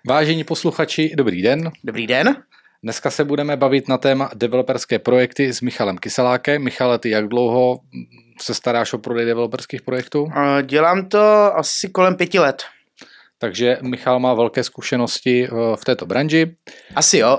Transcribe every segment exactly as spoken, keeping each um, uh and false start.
Vážení posluchači, dobrý den. Dobrý den. Dneska se budeme bavit na téma developerské projekty s Michalem Kyselákem. Michale, ty jak dlouho se staráš o prodej developerských projektů? Dělám to asi kolem pěti let. Takže Michal má velké zkušenosti v této branži. Asi jo.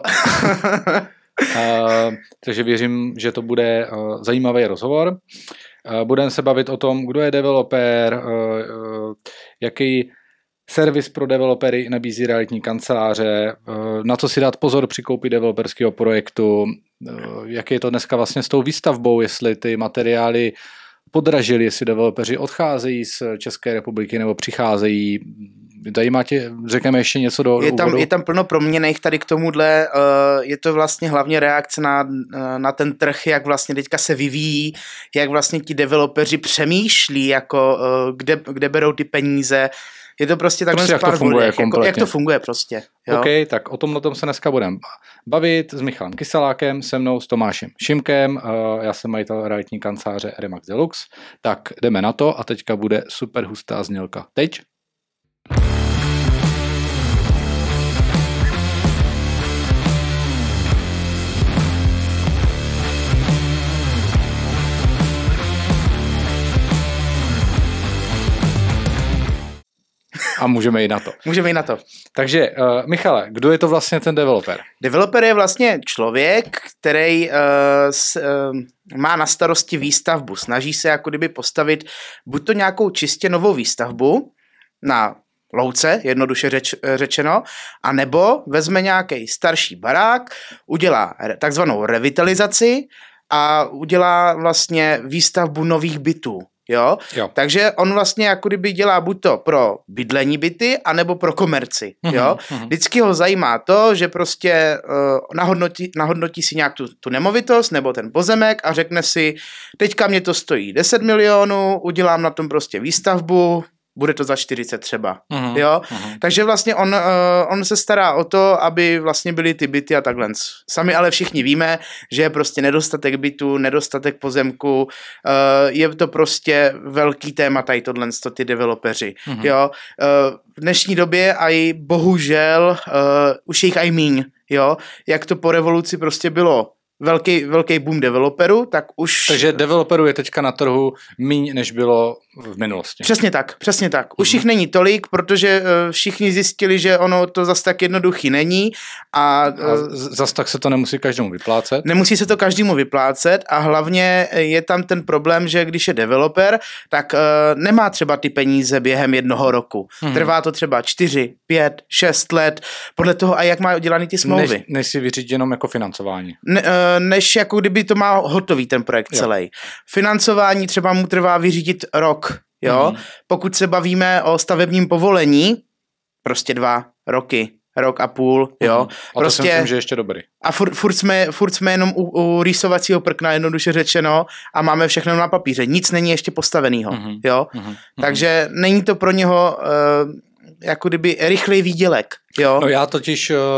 uh, takže věřím, že to bude uh, zajímavý rozhovor. Uh, budeme se bavit o tom, kdo je developer, uh, uh, jaký servis pro developery nabízí realitní kanceláře, na co si dát pozor při koupi developerského projektu, jak je to dneska vlastně s tou výstavbou, jestli ty materiály podražily, jestli developeři odcházejí z České republiky nebo přicházejí. Zajímá tě, řekneme ještě něco do je tam, úvodu? Je tam plno proměnných tady k tomuhle, je to vlastně hlavně reakce na, na ten trh, jak vlastně teďka se vyvíjí, jak vlastně ti developeři přemýšlí, jako kde, kde berou ty peníze. Je to prostě takhle prostě jak to funguje jako, jak to funguje prostě. Jo? OK, tak o tom, o tom se dneska budeme bavit s Michalem Kyselákem, se mnou, s Tomášem Šimkem, já jsem majitel realitní kanceláře Remax Deluxe, tak jdeme na to a teďka bude super hustá znělka. Teď? A můžeme jít na to. Můžeme jít na to. Takže, uh, Michale, kdo je to vlastně ten developer? Developer je vlastně člověk, který uh, s, uh, má na starosti výstavbu. Snaží se jako kdyby postavit buď to nějakou čistě novou výstavbu na louce, jednoduše řeč, řečeno, anebo vezme nějaký starší barák, udělá takzvanou revitalizaci a udělá vlastně výstavbu nových bytů. Jo? Jo. Takže on vlastně jako kdyby dělá buď to pro bydlení byty, anebo pro komerci. Mm-hmm, jo? Mm-hmm. Vždycky ho zajímá to, že prostě uh, nahodnotí, nahodnotí si nějak tu, tu nemovitost nebo ten pozemek a řekne si, teďka mě to stojí deset milionů, udělám na tom prostě výstavbu, bude to za čtyřicet třeba. Mm-hmm, jo? Mm-hmm. Takže vlastně on, uh, on se stará o to, aby vlastně byly ty byty a takhle. Sami ale všichni víme, že je prostě nedostatek bytů, nedostatek pozemku, uh, je to prostě velký téma tady tohle, ty developeři. Mm-hmm. Jo? Uh, v dnešní době aj bohužel uh, už jich aj míň. Jo? Jak to po revoluci prostě bylo velký, velký boom developerů, tak už... Takže developerů je teďka na trhu míň, než bylo v minulosti. Přesně tak, přesně tak. Už jich není tolik, protože uh, všichni zjistili, že ono to zas tak jednoduchý není a... Uh, a zas tak se to nemusí každému vyplácet. Nemusí se to každému vyplácet a hlavně je tam ten problém, že když je developer, tak uh, nemá třeba ty peníze během jednoho roku. Hmm. Trvá to třeba čtyři, pět, šest let, podle toho a jak má udělaný ty smlouvy. Než, než si vyřídit jenom jako financování. Ne, uh, než jako kdyby to má hotový ten projekt jo. celý. Financování třeba mu trvá vyřídit rok. Jo? Mm. Pokud se bavíme o stavebním povolení, prostě dva roky, rok a půl, jo. Mm. A prostě, to si myslím, že ještě dobrý. A furt, furt, jsme, furt jsme jenom u, u rýsovacího prkna, jednoduše řečeno, a máme všechno na papíře. Nic není ještě postavenýho, mm. jo. Mm. Takže není to pro něho uh, jako kdyby rychlej výdělek, jo. No já totiž uh,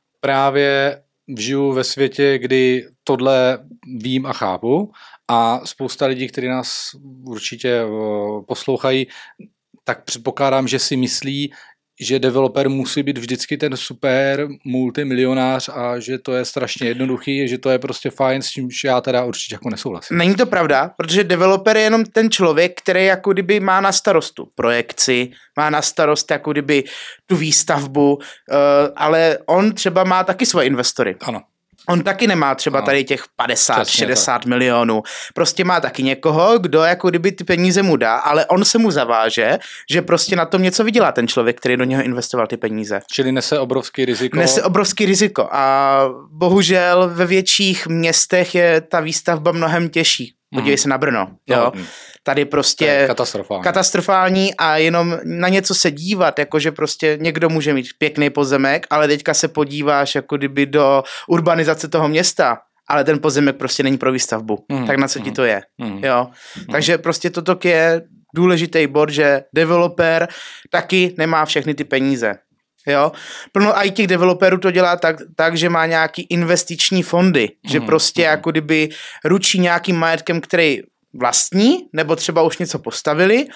právě žiju ve světě, kdy tohle vím a chápu a spousta lidí, kteří nás určitě poslouchají, tak předpokládám, že si myslí, že developer musí být vždycky ten super multimilionář a že to je strašně jednoduchý, že to je prostě fajn, s čímž já teda určitě jako nesouhlasím. Není to pravda, protože developer je jenom ten člověk, který jako kdyby má na starostu projekci, má na starost jako kdyby tu výstavbu, ale on třeba má taky svoje investory. Ano. On taky nemá třeba tady těch padesát, šedesát milionů. Prostě má taky někoho, kdo jako kdyby ty peníze mu dá, ale on se mu zaváže, že prostě na tom něco vydělá ten člověk, který do něho investoval ty peníze. Čili nese obrovský riziko. Nese obrovský riziko a bohužel ve větších městech je ta výstavba mnohem těžší. Podívej se na Brno, jo. Tady prostě katastrofální. katastrofální a jenom na něco se dívat, jakože prostě někdo může mít pěkný pozemek, ale teďka se podíváš jako kdyby do urbanizace toho města, ale ten pozemek prostě není pro výstavbu. Mm. Tak na co mm. ti to je, mm. jo. Mm. Takže prostě toto je důležitý bod, že developer taky nemá všechny ty peníze. Jo? Plno i těch developerů to dělá tak, tak, že má nějaký investiční fondy, mm. že prostě mm. jako kdyby ručí nějakým majetkem, který vlastní, nebo třeba už něco postavili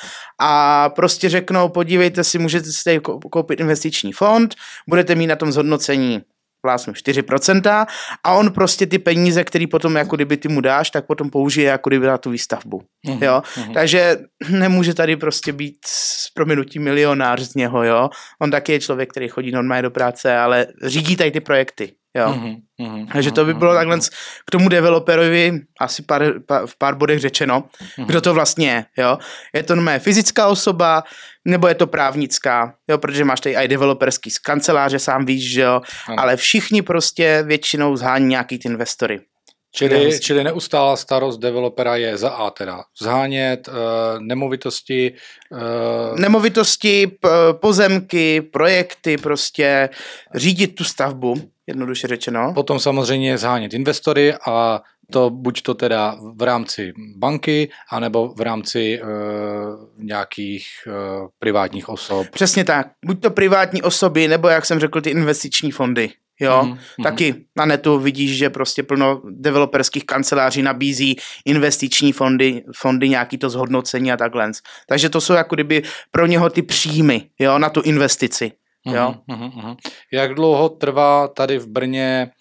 a prostě řeknou, podívejte si, můžete si tady koupit investiční fond, budete mít na tom zhodnocení plásnu čtyři procenta a on prostě ty peníze, které potom jako kdyby ty mu dáš, tak potom použije jako kdyby na tu výstavbu. Mm-hmm. Jo? Mm-hmm. Takže nemůže tady prostě být s prominutím milionář z něho, jo. On taky je člověk, který chodí normálně do práce, ale řídí tady ty projekty. Jo. Mm-hmm, mm-hmm, Takže to by bylo takhle k tomu developerovi asi pár, pár, v pár bodech řečeno, mm-hmm. kdo to vlastně je. Jo. Je to normálně fyzická osoba, nebo je to právnická, jo, protože máš tady i developerský z kanceláře, sám víš, že jo, ano. Ale všichni prostě většinou zhání nějaký ty investory. Čili, čili neustálá starost developera je za A teda zhánět uh, nemovitosti. Uh... Nemovitosti, p- pozemky, projekty, prostě řídit tu stavbu, jednoduše řečeno. Potom samozřejmě zhánět investory a to buď to teda v rámci banky, anebo v rámci uh, nějakých uh, privátních osob. Přesně tak. Buď to privátní osoby, nebo jak jsem řekl, ty investiční fondy. Jo, mm, taky mm. na netu vidíš, že prostě plno developerských kanceláří nabízí investiční fondy, fondy nějaký to zhodnocení a takhle. Takže to jsou jako kdyby pro něho ty příjmy, jo, na tu investici. Jo. Mm, mm, mm. Jak dlouho trvá tady v Brně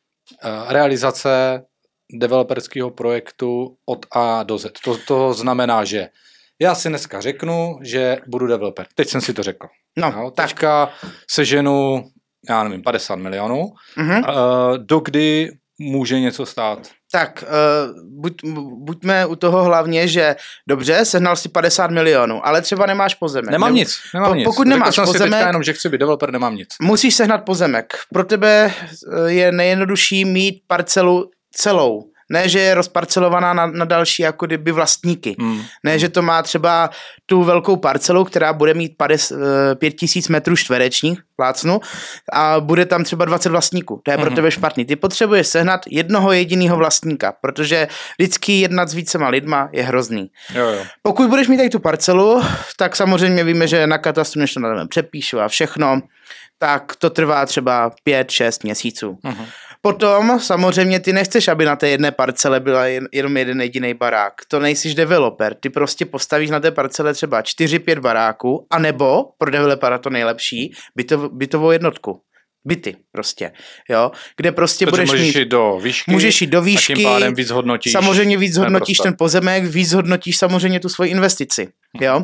uh, realizace developerského projektu od A do Z? To, to znamená, že já si dneska řeknu, že budu developer. Teď jsem si to řekl. No, jo, tak. Teďka seženu, já nevím, padesát milionů. Mm-hmm. Uh, dokdy může něco stát? Tak, uh, buď, buďme u toho hlavně, že dobře, sehnal si padesát milionů, ale třeba nemáš pozemek. Nemám ne, nic, nemám po, nic. Pokud Řekl nemáš jsem pozemek, si teďka jenom, že chci být developer, nemám nic. Musíš sehnat pozemek. Pro tebe je nejjednodušší mít parcelu celou. Ne, že je rozparcelovaná na, na další jako kdyby vlastníky. Hmm. Ne, že to má třeba tu velkou parcelu, která bude mít pět tisíc metrů čtverečních, plácnu, a bude tam třeba dvacet vlastníků. To je pro hmm. tebe špatný. Ty potřebuješ sehnat jednoho jediného vlastníka, protože vždycky jednat s vícema lidma je hrozný. Jo, jo. Pokud budeš mít tady tu parcelu, tak samozřejmě víme, že na katastru, než to na přepíšu a všechno, tak to trvá třeba pět šest měsíců. Hmm. Potom samozřejmě ty nechceš, aby na té jedné parcele byla jen, jenom jeden jediný barák. To nejsiš developer. Ty prostě postavíš na té parcele třeba čtyři pět baráků, anebo pro developera to nejlepší, bytov, bytovou jednotku. Byty prostě, jo, kde prostě Protože budeš můžeš mít... jít do výšky, můžeš jít do výšky, a tím pádem víc hodnotíš. Samozřejmě víc hodnotíš ten pozemek, víc hodnotíš samozřejmě tu svoji investici, jo.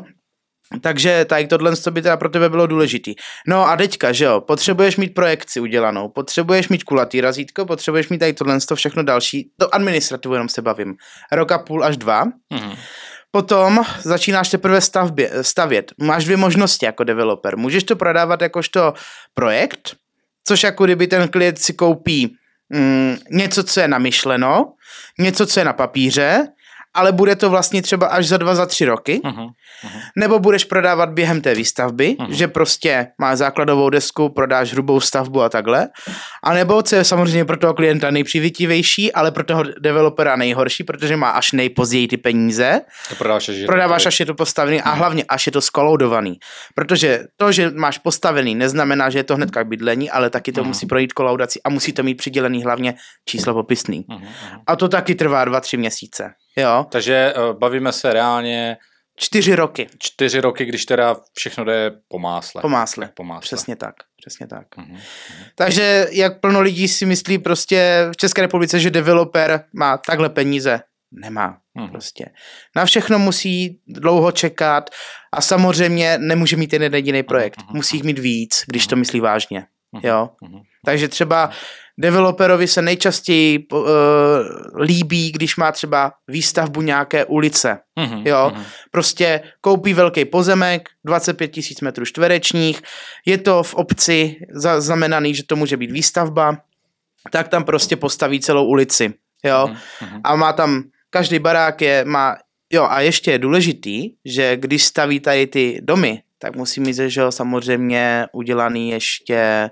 Takže tady tohle by teda pro tebe bylo důležitý. No a teďka, že jo, potřebuješ mít projekci udělanou, potřebuješ mít kulatý razítko, potřebuješ mít tady tohle všechno další, to administrativu jenom se bavím, rok a půl až dva. Mm. Potom začínáš teprve stavbě, stavět. Máš dvě možnosti jako developer. Můžeš to prodávat jakožto projekt, což jako kdyby ten klient si koupí mm, něco, co je namyšleno, něco, co je na papíře, ale bude to vlastně třeba až za dva, za tři roky, uh-huh, uh-huh. Nebo budeš prodávat během té výstavby, uh-huh. že prostě máš základovou desku, prodáš hrubou stavbu a takhle, a nebo, co je samozřejmě pro toho klienta nejpřivětivější, ale pro toho developera nejhorší, protože má až nejpozději ty peníze, prodáváš, až je, prodáváš, až je to postavený uh-huh. a hlavně až je to skoloudovaný, protože to, že máš postavený, neznamená, že je to hnedka k bydlení, ale taky to uh-huh. musí projít kolaudací a musí to mít přidělený hlavně číslo popisný. Uh-huh. A to taky trvá dva, tři měsíce. Jo. Takže uh, bavíme se reálně čtyři roky. Čtyři roky, když teda všechno jde po másle. Po másle, po másle. Přesně tak. Přesně tak. Uh-huh. Takže jak plno lidí si myslí prostě v České republice, že developer má takhle peníze, nemá. Uh-huh. Prostě. Na všechno musí dlouho čekat a samozřejmě nemůže mít jeden jediný projekt. Uh-huh. Musí jich mít víc, když uh-huh. to myslí vážně. Uh-huh. Jo. Uh-huh. Takže třeba developerovi se nejčastěji uh, líbí, když má třeba výstavbu nějaké ulice. Mm-hmm, jo? Mm-hmm. Prostě koupí velký pozemek, dvacet pět tisíc metrů čtverečních, je to v obci zaznamenaný, že to může být výstavba, tak tam prostě postaví celou ulici. Jo? Mm-hmm. A má tam, každý barák je, má, jo, a ještě je důležitý, že když staví tady ty domy, tak musí mít, že jo, samozřejmě udělaný ještě...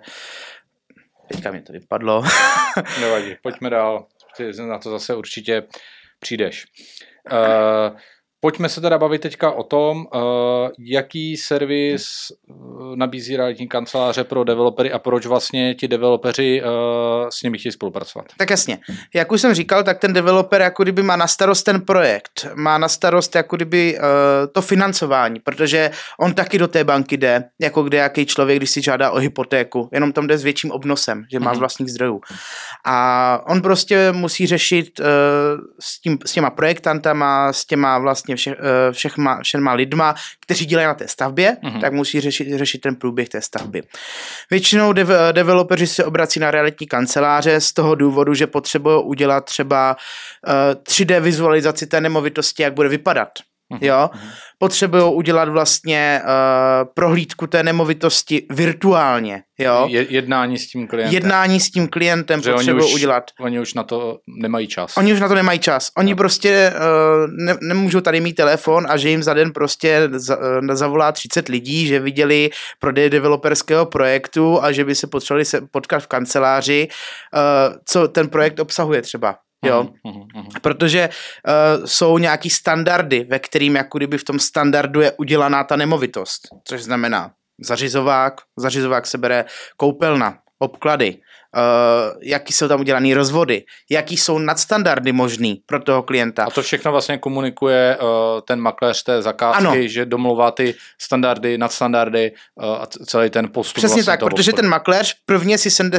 Teďka mi to vypadlo. Nevadí, pojďme dál. Ty na to zase určitě přijdeš. Uh, pojďme se teda bavit teďka o tom, uh, jaký servis uh, nabízí realitní kanceláře pro developery a proč vlastně ti developeři uh, s nimi chtějí spolupracovat. Tak jasně. Jak už jsem říkal, tak ten developer jako kdyby má na starost ten projekt, má na starost jako kdyby uh, to financování, protože on taky do té banky jde, jako kde jaký člověk, když si žádá o hypotéku, jenom tam jde s větším obnosem, že má mm-hmm. z vlastních zdrojů. A on prostě musí řešit uh, s, tím, s těma projektantama, s těma vlastně vše, uh, všechma, všema lidma, kteří dělají na té stavbě, mm-hmm. tak musí řešit, řešit ten průběh té stavby. Většinou dev, developeři se obrací na realitní kanceláře z toho důvodu, že potřebují udělat třeba uh, tři dé vizualizaci té nemovitosti, jak bude vypadat. Jo? Potřebují udělat vlastně uh, prohlídku té nemovitosti virtuálně. Jo? Je, jednání s tím klientem. Jednání s tím klientem potřebují udělat. Oni už na to nemají čas. Oni už na to nemají čas. Oni no. prostě uh, ne, nemůžou tady mít telefon a že jim za den prostě za, uh, zavolá třicet lidí, že viděli prodej developerského projektu a že by se potřebovali se potkat v kanceláři, uh, co ten projekt obsahuje třeba. Jo, uhum, uhum. Protože uh, jsou nějaký standardy, ve kterým jako kdyby v tom standardu je udělaná ta nemovitost, což znamená zařizovák, zařizovák se bere koupelna, obklady, uh, jaký jsou tam udělaný rozvody, jaký jsou nadstandardy možný pro toho klienta. A to všechno vlastně komunikuje uh, ten makléř té zakázky, ano. že domluvá ty standardy, nadstandardy uh, a celý ten postup. Přesně vlastně tak, protože obchodu. Ten makléř prvně si sedne,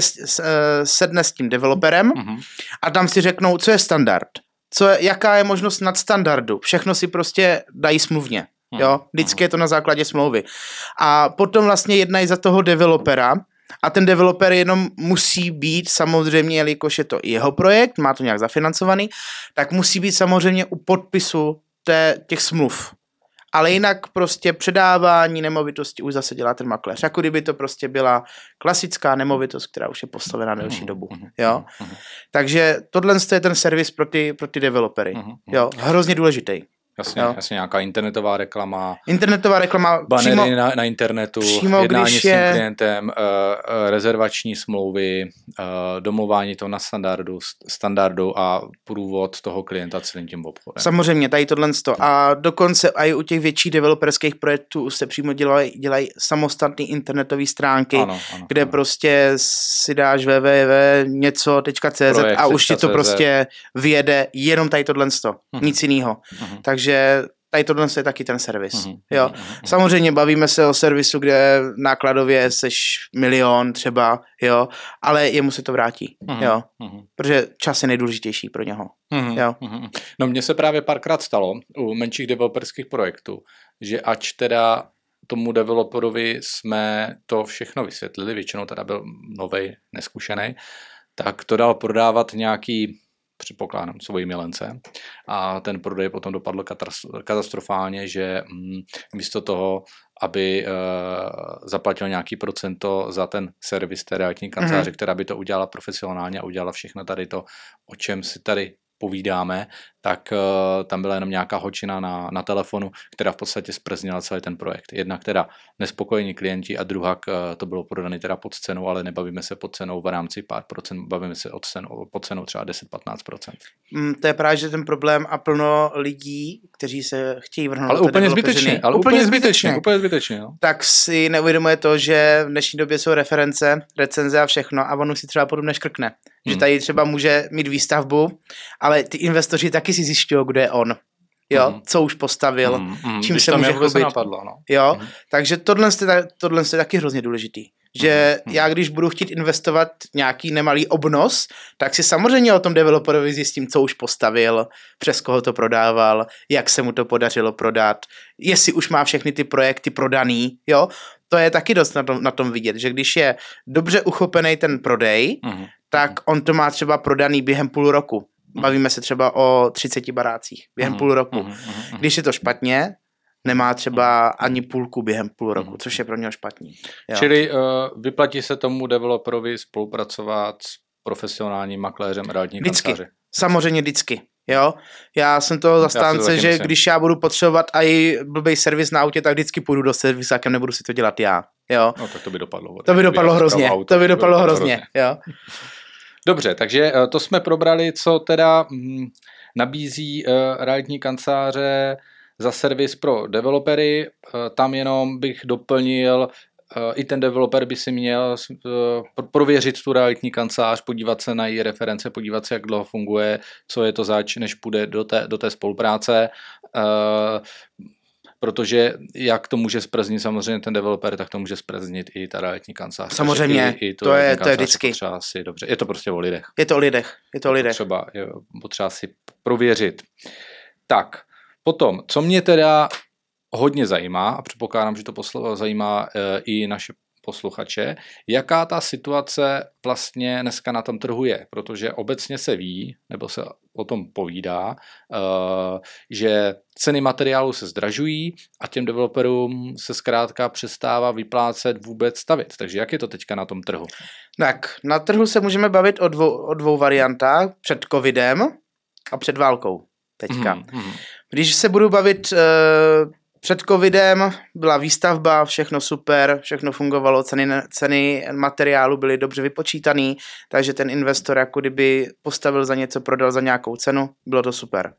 sedne s tím developerem uh-huh. a tam si řeknou, co je standard, co je, jaká je možnost nadstandardu. Všechno si prostě dají smluvně. Uh-huh. Jo? Vždycky uh-huh. je to na základě smlouvy. A potom vlastně jednají za toho developera. A ten developer jenom musí být samozřejmě, jelikož je to jeho projekt, má to nějak zafinancovaný, tak musí být samozřejmě u podpisu té, těch smluv. Ale jinak prostě předávání nemovitosti už zase dělá ten makléř. Jako kdyby to prostě byla klasická nemovitost, která už je postavená na delší dobu. Jo? Takže tohle je ten servis pro ty, pro ty developery. Jo? Hrozně důležitý. Jasně, jasně, nějaká internetová reklama. Internetová reklama. Banery přímo, na, na internetu, přímo, jednání s tím je... klientem, uh, uh, rezervační smlouvy, uh, domluvání toho na standardu, standardu a průvod toho klienta celým tím obchodem. Samozřejmě, tady tohle sto. A dokonce i u těch větších developerských projektů se přímo dělají, dělají samostatné internetové stránky, ano, ano, kde ano. prostě si dáš w w w tečka něco tečka c z a už ti to prostě vyjede jenom tady tohle sto. Uh-huh. Nic jiného. Uh-huh. Takže že tady tohle je taky ten servis. Uh-huh, jo. Uh-huh. Samozřejmě bavíme se o servisu, kde nákladově seš milion třeba, jo, ale jemu se to vrátí, uh-huh, jo, uh-huh. protože čas je nejdůležitější pro něho. Uh-huh, jo. Uh-huh. No mně se právě párkrát stalo u menších developerských projektů, že ač teda tomu developerovi jsme to všechno vysvětlili, většinou teda byl novej, neskušený, tak to dal prodávat nějaký předpokládám svoji milence a ten prodej potom dopadl katastrofálně, že místo toho, aby uh, zaplatil nějaký procento za ten servis té realitní kanceláře, mm-hmm. která by to udělala profesionálně a udělala všechno tady to, o čem si tady povídáme, tak uh, tam byla jenom nějaká hočina na, na telefonu, která v podstatě zprznila celý ten projekt. Jedna, která nespokojení klienti a druhá, uh, to bylo prodané teda pod cenou, ale nebavíme se pod cenou v rámci pár procent, bavíme se od cenu, pod cenou třeba deset až patnáct procent. Mm, to je právě že ten problém a plno lidí, kteří se chtějí vrhnout. Ale úplně zbytečně, ale úplně, úplně zbytečně, úplně zbytečně. No. Tak si neuvědomuje to, že v dnešní době jsou reference, recenze a všechno a on už si třeba potom neškrkne. Hmm. Že tady třeba může mít výstavbu, ale ty investoři taky si zjišťují, kdo je on. Jo, hmm. co už postavil, hmm. Hmm. čím Když se může chlubit. Napadlo, no. Jo, hmm. takže tohle je, tohle je taky hrozně důležitý. Že hmm. já, když budu chtít investovat nějaký nemalý obnos, tak si samozřejmě o tom developerovi zjistím, co už postavil, přes koho to prodával, jak se mu to podařilo prodat, jestli už má všechny ty projekty prodaný, jo. To je taky dost na tom, na tom vidět, že když je dobře uchopený ten prodej, hmm. tak on to má třeba prodaný během půl roku. Bavíme se třeba o třiceti barácích během mm, půl roku. Mm, mm, Když je to špatně, nemá třeba ani půlku během půl roku, což je pro něho špatný. Jo. Čili uh, vyplatí se tomu developerovi spolupracovat s profesionálním makléřem realitní kanceláře? Samozřejmě vždycky. Jo? Já jsem toho zastánce, že myslím. Když já budu potřebovat i blbej servis na autě, tak vždycky půjdu do servisákem, nebudu si to dělat já. Jo? No tak to by dopadlo. To by dopadlo hrozně. Auto, to by dopadlo hrozně. hrozně. Jo? Dobře, takže to jsme probrali, co teda nabízí realitní kanceláře za servis pro developery, tam jenom bych doplnil, i ten developer by si měl prověřit tu realitní kancelář, podívat se na její reference, podívat se, jak dlouho funguje, co je to zač, než půjde do té, do té spolupráce, protože jak to může zprznit samozřejmě ten developer, tak to může zprznit i ta realitní kancelář. Samozřejmě, i, i to, to je, to je vždycky. Si dobře. Je to prostě o lidech. Je to o lidech, je to o lidech. Třeba je potřeba si prověřit. Tak, potom, co mě teda hodně zajímá, a předpokládám, že to poslo- zajímá e, i naše posluchače, jaká ta situace vlastně dneska na tom trhu je, protože obecně se ví, nebo se o tom povídá, uh, že ceny materiálu se zdražují a těm developerům se zkrátka přestává vyplácet vůbec stavět. Takže jak je to teďka na tom trhu? Tak, na trhu se můžeme bavit o dvou, o dvou variantách, před covidem a před válkou teďka. Mm-hmm. Když se budu bavit uh, před covidem, byla výstavba, všechno super, všechno fungovalo, ceny, ceny materiálu byly dobře vypočítaný, takže ten investor jako kdyby postavil za něco, prodal za nějakou cenu, bylo to super.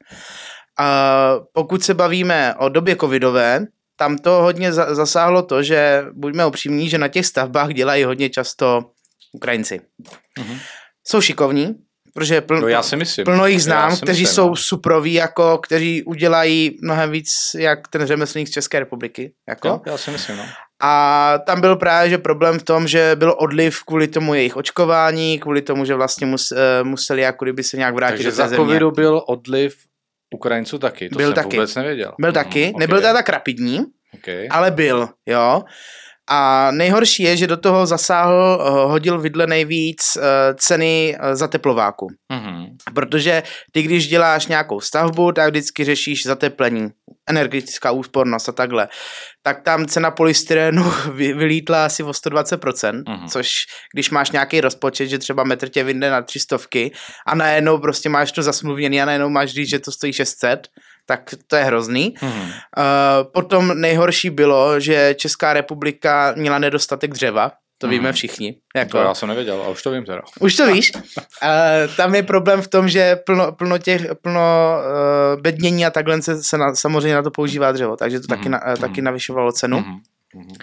A pokud se bavíme o době covidové, tam to hodně za, zasáhlo to, že buďme upřímní, že na těch stavbách dělají hodně často Ukrajinci. Mhm. Jsou šikovní, protože plno, no já si myslím. plno jich znám, kteří myslím, jsou no. suproví, jako, kteří udělají mnohem víc, jak ten řemeslník z České republiky. Jako. Jo, já si myslím, no. A tam byl právě že problém v tom, že byl odliv kvůli tomu jejich očkování, kvůli tomu, že vlastně mus, museli jako kdyby se nějak vrátit takže do té za země. covidu byl odliv Ukrajinců taky, to byl jsem taky. vůbec nevěděl. Byl taky, mm, nebyl okay. tak rapidní, okay. ale byl, jo. A nejhorší je, že do toho zasáhl, hodil vidle nejvíc ceny zateplováku. Mm-hmm. Protože ty, když děláš nějakou stavbu, tak vždycky řešíš zateplení, energetická úspornost a takhle. Tak tam cena polystyrenu vylítla asi o sto dvacet procent, mm-hmm. což když máš nějaký rozpočet, že třeba metr tě vyjde na tři stovky a najednou prostě máš to zasmluvněný a najednou máš říct, že to stojí šest set, tak to je hrozný. Hmm. Uh, potom nejhorší bylo, že Česká republika měla nedostatek dřeva, to hmm. víme všichni. Jako. To já jsem nevěděl, a už to vím teda. Už to víš? uh, tam je problém v tom, že plno, plno těch, plno uh, bednění a takhle se, se na, samozřejmě na to používá dřevo, takže to hmm. taky, na, uh, taky navyšovalo cenu. Hmm. Hmm.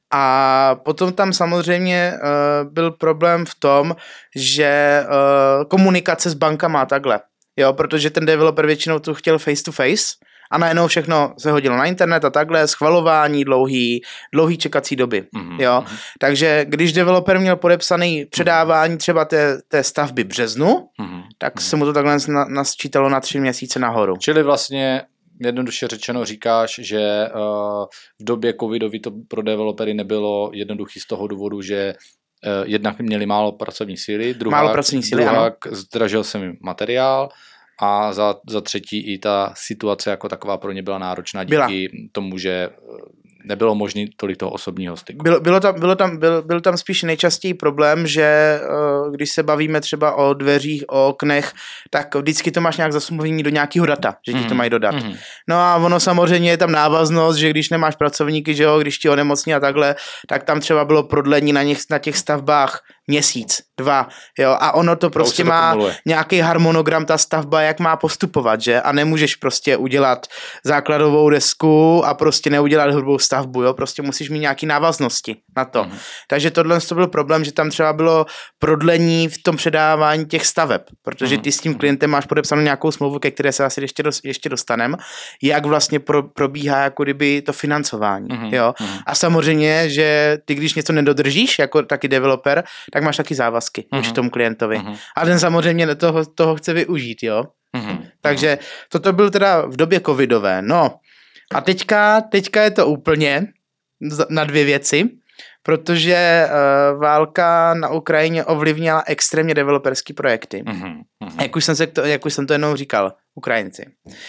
A potom tam samozřejmě uh, byl problém v tom, že uh, komunikace s bankama a takhle. Jo, protože ten developer většinou to chtěl face to face a najednou všechno se hodilo na internet a takhle, schvalování dlouhý, dlouhý čekací doby, mm-hmm. jo. Takže když developer měl podepsaný předávání třeba té, té stavby březnu, mm-hmm. tak se mu to takhle na, nasčítalo na tři měsíce nahoru. Čili vlastně jednoduše řečeno říkáš, že uh, v době covidový to pro developery nebylo jednoduchý z toho důvodu, že uh, jednak měli málo pracovní síly, druhá, málo pracovní síly, druhá zdražil se mi materiál, a za, za třetí i ta situace jako taková pro ně byla náročná díky byla. tomu, že nebylo možné tolik toho osobního styku. Bylo, bylo tam, bylo tam, byl, byl tam spíš nejčastěji problém, že uh, když se bavíme třeba o dveřích, o oknech, tak vždycky to máš nějak zasmluvnění do nějakého data, že ti mm. to mají dodat. Mm. No a ono samozřejmě je tam návaznost, že když nemáš pracovníky, že jo, když ti onemocní a takhle, tak tam třeba bylo prodlení na, něch, na těch stavbách měsíc, dva, jo, a ono to prostě to má kumuluje. Nějaký harmonogram, ta stavba, jak má postupovat, že, a nemůžeš prostě udělat základovou desku a prostě neudělat hrubou stavbu, jo, prostě musíš mít nějaký návaznosti na to. Mm. Takže tohle to byl problém, že tam třeba bylo prodlení v tom předávání těch staveb, protože ty s tím klientem máš podepsanou nějakou smlouvu, ke které se asi ještě, do, ještě dostanem, jak vlastně pro, probíhá jako kdyby to financování, mm. jo, mm. a samozřejmě, že ty když něco nedodržíš, jako taky developer, tak máš taky závazky mm. už tomu klientovi. Mm. A ten samozřejmě toho, toho chce využít, jo. Mm. Takže toto byl teda v době covidové, no. A teďka, teďka je to úplně na dvě věci, protože uh, válka na Ukrajině ovlivnila extrémně developerský projekty. Mm-hmm. Jak už jsem, se to, jak už jsem to jednou říkal, Ukrajinci.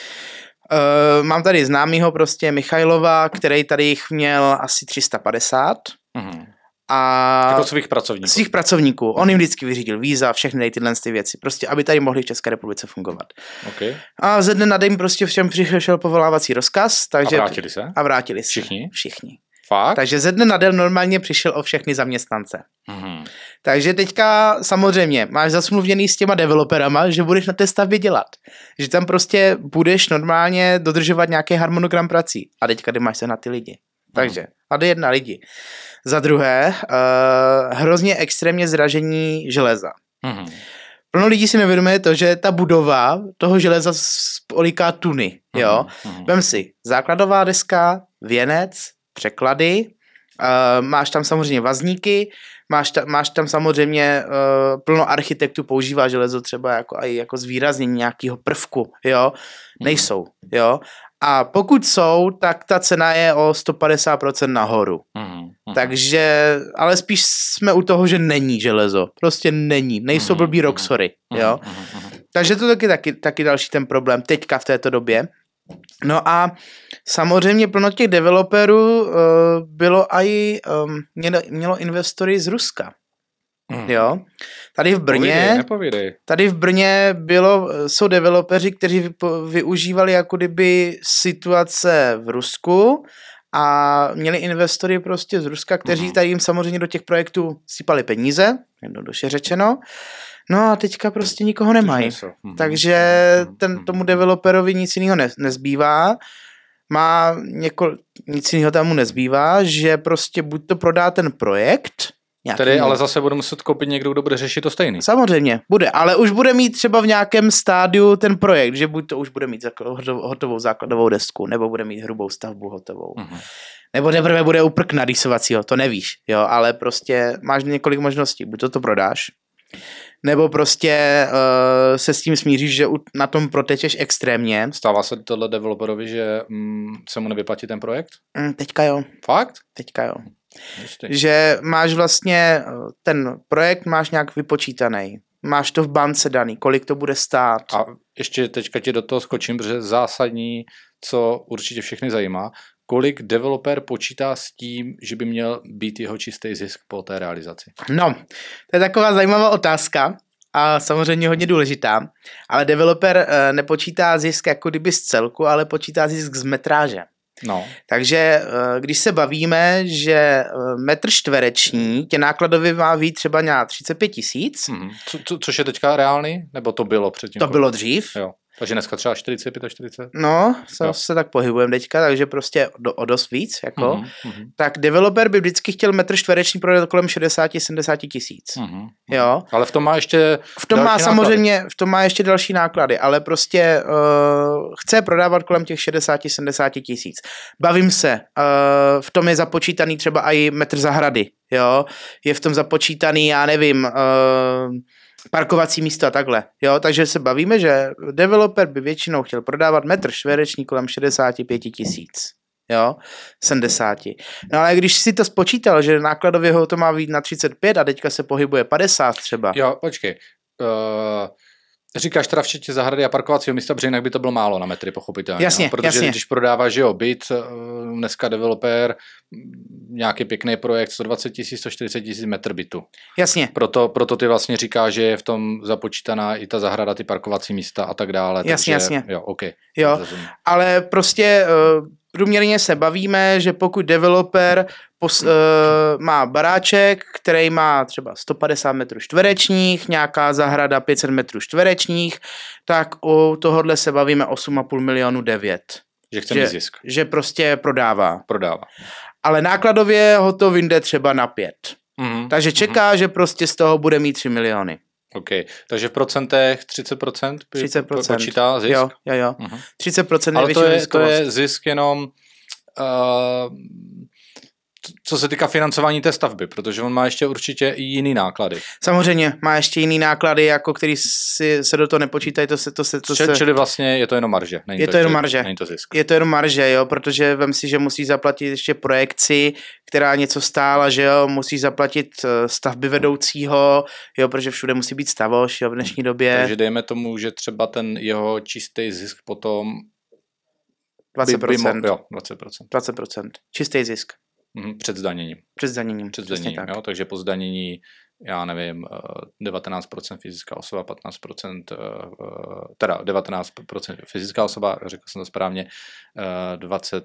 Uh, mám tady známýho prostě Michailova, který tady jich měl asi tři sta padesát. Mm-hmm. A jako svých pracovníků. Svých pracovníků. On jim vždycky vyřídil víza, všechny tyhle ty věci. Prostě, aby tady mohli v České republice fungovat. Okay. A ze dne na den prostě všem přišel povolávací rozkaz. Takže, a vrátili se? A vrátili se. Všichni? Všichni. Fakt? Takže ze dne na den normálně přišel o všechny zaměstnance. Mm-hmm. Takže teďka samozřejmě máš zasmluvněný s těma developerama, že budeš na té stavbě dělat. Že tam prostě budeš normálně dodržovat nějaký harmonogram prací. A teďka ty máš se na ty lidi. Takže, a do jedna lidi. Za druhé, uh, hrozně extrémně zdražení železa. Mm-hmm. Plno lidí si nevědomuje to, že ta budova toho železa oliká tuny. Jo? Mm-hmm. Vem si, základová deska, věnec, překlady, uh, máš tam samozřejmě vazníky, máš, ta, máš tam samozřejmě uh, plno architektů používá železo třeba jako, aj jako zvýraznění nějakého prvku. Jo? Nejsou. Jo? A pokud jsou, tak ta cena je o sto padesát procent nahoru. Mm, mm. Takže, ale spíš jsme u toho, že není železo. Prostě není. Nejsou mm, blbý roxory. Mm, jo? Mm, mm. Takže to taky, taky, taky další ten problém teďka v této době. No a samozřejmě plno těch developerů uh, bylo i, um, mělo, mělo investory z Ruska. Mm. Jo. Tady v Brně, Povídej, nepovídej. tady v Brně bylo, jsou developeři, kteří využívali jako kdyby situace v Rusku a měli investory prostě z Ruska, kteří mm. tady jim samozřejmě do těch projektů sypali peníze, jednoduše řečeno. No a teďka prostě nikoho nemají. Mm. Takže ten, tomu developerovi nic jiného ne, nezbývá. Má něko, nic jiného tam mu nezbývá, že prostě buď to prodá ten projekt. Tedy ale zase bude muset koupit někdo, kdo bude řešit to stejný. Samozřejmě, bude, ale už bude mít třeba v nějakém stádiu ten projekt, že buď to už bude mít hotovou základovou desku, nebo bude mít hrubou stavbu hotovou. Uh-huh. Nebo teprve bude uprk narýsovacího, to nevíš, jo, ale prostě máš několik možností, buď to to prodáš, nebo prostě uh, se s tím smíříš, že na tom protečeš extrémně. Stává se tohle developerovi, že mm, se mu nevyplatí ten projekt? Mm, teďka jo. Fakt? Teďka jo. Že máš vlastně ten projekt máš nějak vypočítaný. Máš to v bance daný, kolik to bude stát. A ještě teďka ti do toho skočím, protože zásadní, co určitě všechny zajímá, kolik developer počítá s tím, že by měl být jeho čistý zisk po té realizaci? No, to je taková zajímavá otázka a samozřejmě hodně důležitá, ale developer nepočítá zisk jako kdyby z celku, ale počítá zisk z metráže. No. Takže když se bavíme, že metr čtvereční tě nákladově má být třeba nějak třicet pět tisíc. Hmm. Co, co, což je teďka reálný? Nebo to bylo předtím? To bylo dřív. Jo. Takže dneska třeba čtyřicet, čtyřicet pět? No, se, se tak pohybujeme teďka, takže prostě do, o dost víc. Jako. Mm-hmm. Tak developer by vždycky chtěl metr čtvereční prodat kolem šedesát až sedmdesát tisíc. Mm-hmm. Jo. Ale v tom má ještě V tom má samozřejmě, náklady. v tom má ještě další náklady, ale prostě uh, chce prodávat kolem těch šedesát až sedmdesát tisíc. Bavím se, uh, v tom je započítaný třeba i metr zahrady. Jo. Je v tom započítaný, já nevím... Uh, parkovací místo a takhle, jo, takže se bavíme, že developer by většinou chtěl prodávat metr čtvereční kolem šedesát pět tisíc, jo, sedmdesát. No ale když si to spočítal, že nákladově ho to má být na třicet pět a teďka se pohybuje padesát třeba. Jo, počkej, uh... Říkáš teda včetně zahrady a parkovacího místa, protože jinak by to bylo málo na metry, pochopitelně. Jasně, no? Protože jasně. když prodáváš, že jo, byt, dneska developer, nějaký pěkný projekt, sto dvacet tisíc, sto čtyřicet tisíc metr bytu. Jasně. Proto, proto ty vlastně říkáš, že je v tom započítaná i ta zahrada, ty parkovací místa a tak dále. Jasně, takže, jasně. Jo, okay. Jo, ale prostě uh, průměrně se bavíme, že pokud developer pos, uh, má baráček, který má třeba sto padesát metrů čtverečních, nějaká zahrada pět set metrů čtverečních, tak u tohohle se bavíme osm a půl milionu devět. Že chce mít zisk. Že prostě prodává. Prodává. Ale nákladově ho to vyjde třeba na pět. Mm-hmm. Takže čeká, mm-hmm. že prostě z toho bude mít tři miliony. OK, takže v procentech třicet procent třicet procent počítá zisk? Jo, jo, jo. Uh-huh. třicet procent ale to je, to je zisk jenom uh, co se týká financování té stavby, protože on má ještě určitě i jiný náklady. Samozřejmě, má ještě jiný náklady, jako který si, se do toho nepočítají. To se, to se, to Č- se... Čili vlastně je to jenom marže. Není je to, to jenom ještě, marže. Není to zisk. Je to jenom marže, jo, protože vem si, že musí zaplatit ještě projekci, která něco stála, že jo, musí zaplatit stavby vedoucího, jo, protože všude musí být stavoš, jo, v dnešní době. Takže dejme tomu, že třeba ten jeho čistý zisk potom dvacet procent. By, by mo- jo, dvacet procent. dvacet procent. Čistý zisk. Mm, před zdaněním. Před zdaněním. Před zdaněním, tak. Jo, takže po zdanění, já nevím, devatenáct procent fyzická osoba, patnáct procent, teda devatenáct procent fyzická osoba, řekl jsem to správně, dvacet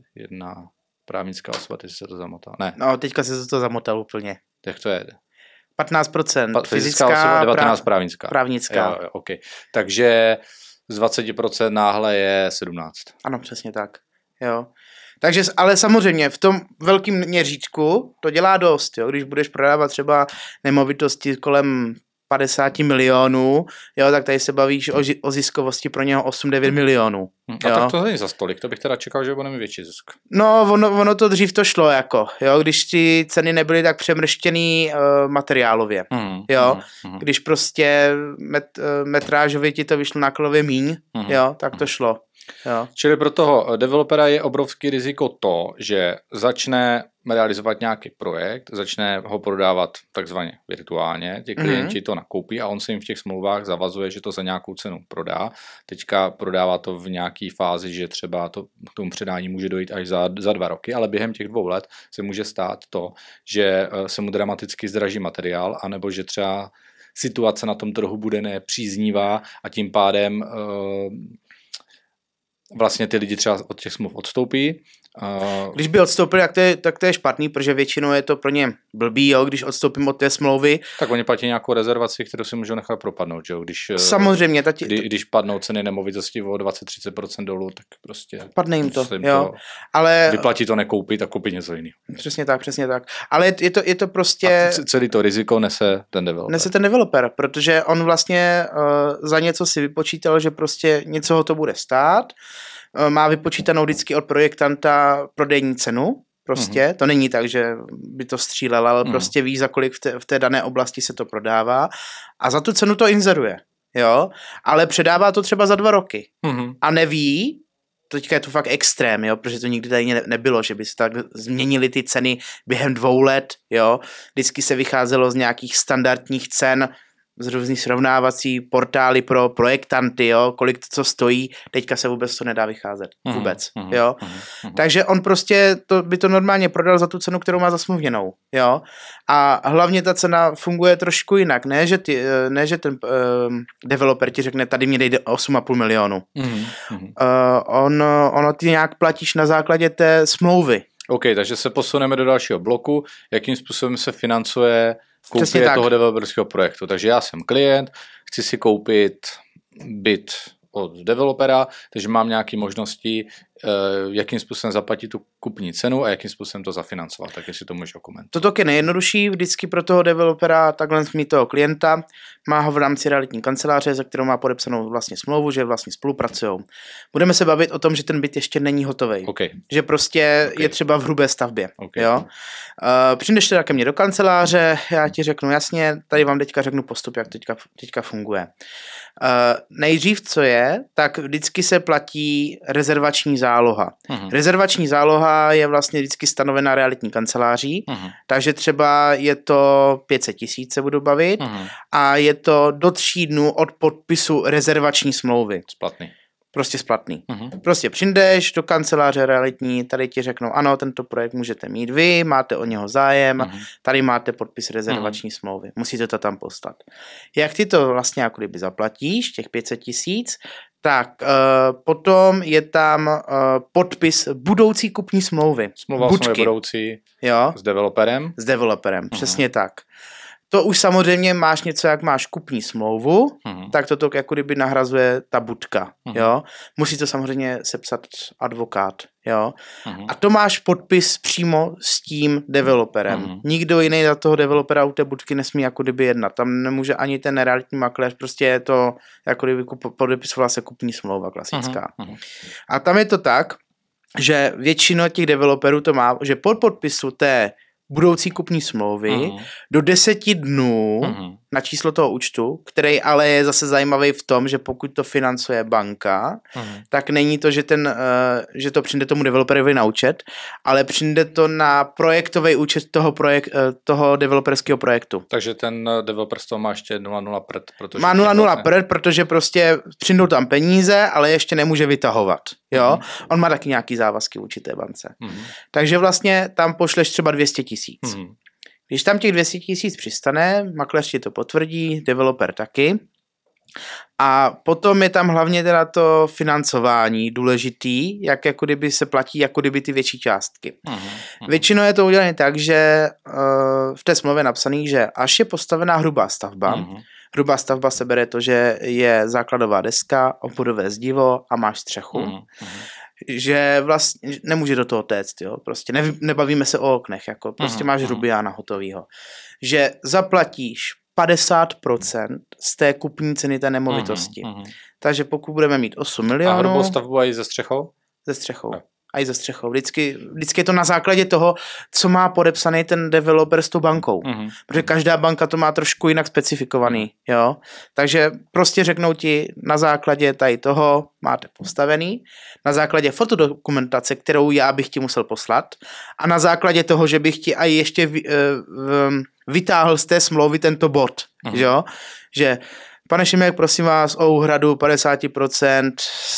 jedna právnická osoba, teď se to zamotal. Ne. No, teďka se to zamotal úplně. Tak to je. patnáct procent Pa, fyzická, fyzická osoba, devatenáct procent právnická. Právnická. Jo, jo, okay. Takže z dvacet procent náhle je sedmnáct. Ano, přesně tak. Jo. Takže, ale samozřejmě v tom velkém měřítku to dělá dost, jo. Když budeš prodávat třeba nemovitosti kolem padesát milionů, jo, tak tady se bavíš o, o ziskovosti pro něho osm devět milionů. A jo. Tak to není za stolik, to bych teda čekal, že bude mít větší zisk. No, ono, ono to dřív to šlo, jako, jo, když ty ceny nebyly tak přemrštěný uh, materiálově, mm, jo, mm, když prostě met, uh, metrážově ti to vyšlo nákladově míň, mm, jo, tak to šlo. Jo. Čili pro toho developera je obrovský riziko to, že začne realizovat nějaký projekt, začne ho prodávat takzvaně virtuálně, ti klienti mm-hmm. to nakoupí a on se jim v těch smlouvách zavazuje, že to za nějakou cenu prodá. Teďka prodává to v nějaké fázi, že třeba to k tomu předání může dojít až za, za dva roky, ale během těch dvou let se může stát to, že se mu dramaticky zdraží materiál, anebo že třeba situace na tom trhu bude nepříznivá a tím pádem uh, vlastně ty lidi třeba od těch smluv odstoupí. Když by odstoupili, tak to, je, tak to je špatný, protože většinou je to pro ně blbý, jo, když odstoupím od té smlouvy. Tak oni platí nějakou rezervaci, kterou si můžou nechat propadnout, že jo? Když, samozřejmě. Tati, kdy, když padnou ceny nemovitosti o dvacet až třicet procent dolů, tak prostě... Padne jim to, jo. To ale... Vyplatí to nekoupit a koupit něco jiného. Přesně tak, přesně tak. Ale je to, je to prostě... A celý to riziko nese ten developer. Nese ten developer, protože on vlastně uh, za něco si vypočítal, že prostě něco ho to bude stát, má vypočítanou vždycky od projektanta prodejní cenu, prostě, mm-hmm. to není tak, že by to střílel, ale mm-hmm. prostě ví, za kolik v té, v té dané oblasti se to prodává a za tu cenu to inzeruje, jo, ale předává to třeba za dva roky mm-hmm. a neví, teďka je to fakt extrém, jo, protože to nikdy tady nebylo, že by se tak změnily ty ceny během dvou let, jo, vždycky se vycházelo z nějakých standardních cen, z různých srovnávací portály pro projektanty, jo, kolik to co stojí, teďka se vůbec to nedá vycházet, vůbec, mm, jo. Mm, mm. Takže on prostě to, by to normálně prodal za tu cenu, kterou má zasmluvněnou, jo. A hlavně ta cena funguje trošku jinak, ne, že, ty, ne, že ten uh, developer ti řekne, tady mě dejde osm a půl milionu. Mm, mm. Uh, on, ono ty nějak platíš na základě té smlouvy. OK, takže se posuneme do dalšího bloku, jakým způsobem se financuje koupě toho developerského projektu. Takže já jsem klient, chci si koupit byt od developera, takže mám nějaké možnosti, jakým způsobem zaplatit tu kupní cenu a jakým způsobem to zafinancovat. Tak jestli to můžeš komentovat. Toto je nejjednodušší vždycky pro toho developera, takhle mít toho klienta, má ho v rámci realitní kanceláře, za kterou má podepsanou vlastně smlouvu, že vlastně spolupracují. Budeme se bavit o tom, že ten byt ještě není hotový. Okay. Že prostě okay. je třeba v hrubé stavbě. Okay. Jo? Uh, přijdeš teda ke mně do kanceláře, já ti řeknu jasně, tady vám teďka řeknu postup, jak teďka, teďka funguje. Uh, nejdřív, co je, tak vždycky se platí rezervační záloha. Uh-huh. Rezervační záloha je vlastně vždycky stanovená realitní kanceláří, uh-huh. takže třeba je to pět set tisíc, se budu bavit, uh-huh. a je to do tří dnů od podpisu rezervační smlouvy. Splatný. Prostě splatný. Uh-huh. Prostě přijdeš do kanceláře realitní, tady ti řeknou, ano, tento projekt můžete mít vy, máte o něho zájem, uh-huh. tady máte podpis rezervační uh-huh. smlouvy, musíte to tam poslat. Jak ty to vlastně jako kdyby zaplatíš, těch pět set tisíc, tak uh, potom je tam uh, podpis budoucí kupní smlouvy. Smlouva o budoucí jo? S developerem? S developerem, uh-huh. přesně tak. To už samozřejmě máš něco, jak máš kupní smlouvu, uh-huh. tak toto jako kdyby nahrazuje ta budka, uh-huh. jo. Musí to samozřejmě sepsat advokát, jo. Uh-huh. A to máš podpis přímo s tím developerem. Uh-huh. Nikdo jiný za toho developera u té budky nesmí jako kdyby jednat. Tam nemůže ani ten realitní makléř, prostě je to jako kdyby podepisovala se kupní smlouva klasická. Uh-huh. A tam je to tak, že většina těch developerů to má, že po podpisu té budoucí kupní smlouvy uh-huh. do deseti dnů uh-huh. na číslo toho účtu, který ale je zase zajímavý v tom, že pokud to financuje banka, uh-huh. tak není to, že, ten, uh, že to přijde tomu developerovi na účet, ale přijde to na projektový účet toho, projekt, uh, toho developerského projektu. Takže ten developer z toho má ještě nula nula prd. Protože má nula nula prd, protože prostě přijdou tam peníze, ale ještě nemůže vytahovat. Jo? Uh-huh. On má taky nějaký závazky vůči té bance. Uh-huh. Takže vlastně tam pošleš třeba dvě stě tisíc. Hmm. Když tam těch dvě stě tisíc přistane, makléř ti to potvrdí, developer taky, A potom je tam hlavně teda to financování důležitý, jak jako kdyby se platí jako kdyby ty větší částky. Uh-huh. Většinou je to udělané tak, že uh, v té smlouvě napsaný, že až je postavená hrubá stavba, uh-huh. hrubá stavba se bere to, že je základová deska, obvodové zdivo a máš střechu. Uh-huh. Že vlastně nemůže do toho téct, jo, prostě ne, nebavíme se o oknech, jako prostě uh-huh. máš hrubiána hotovýho. Že zaplatíš padesát procent z té kupní ceny té nemovitosti. Uh-huh. Takže pokud budeme mít osm milionů... A hrubou stavbu i se střechou? Se střechou. No. A i ze střechou. Vždycky, vždycky je to na základě toho, co má podepsaný ten developer s tou bankou. Mm-hmm. Protože každá banka to má trošku jinak specifikovaný. Jo? Takže prostě řeknou ti, na základě tady toho máte postavený, na základě fotodokumentace, kterou já bych ti musel poslat, a na základě toho, že bych ti aj ještě vy, uh, vytáhl z té smlouvy tento bod. Mm-hmm. Jo? Že pane Šimek, prosím vás o úhradu padesát procent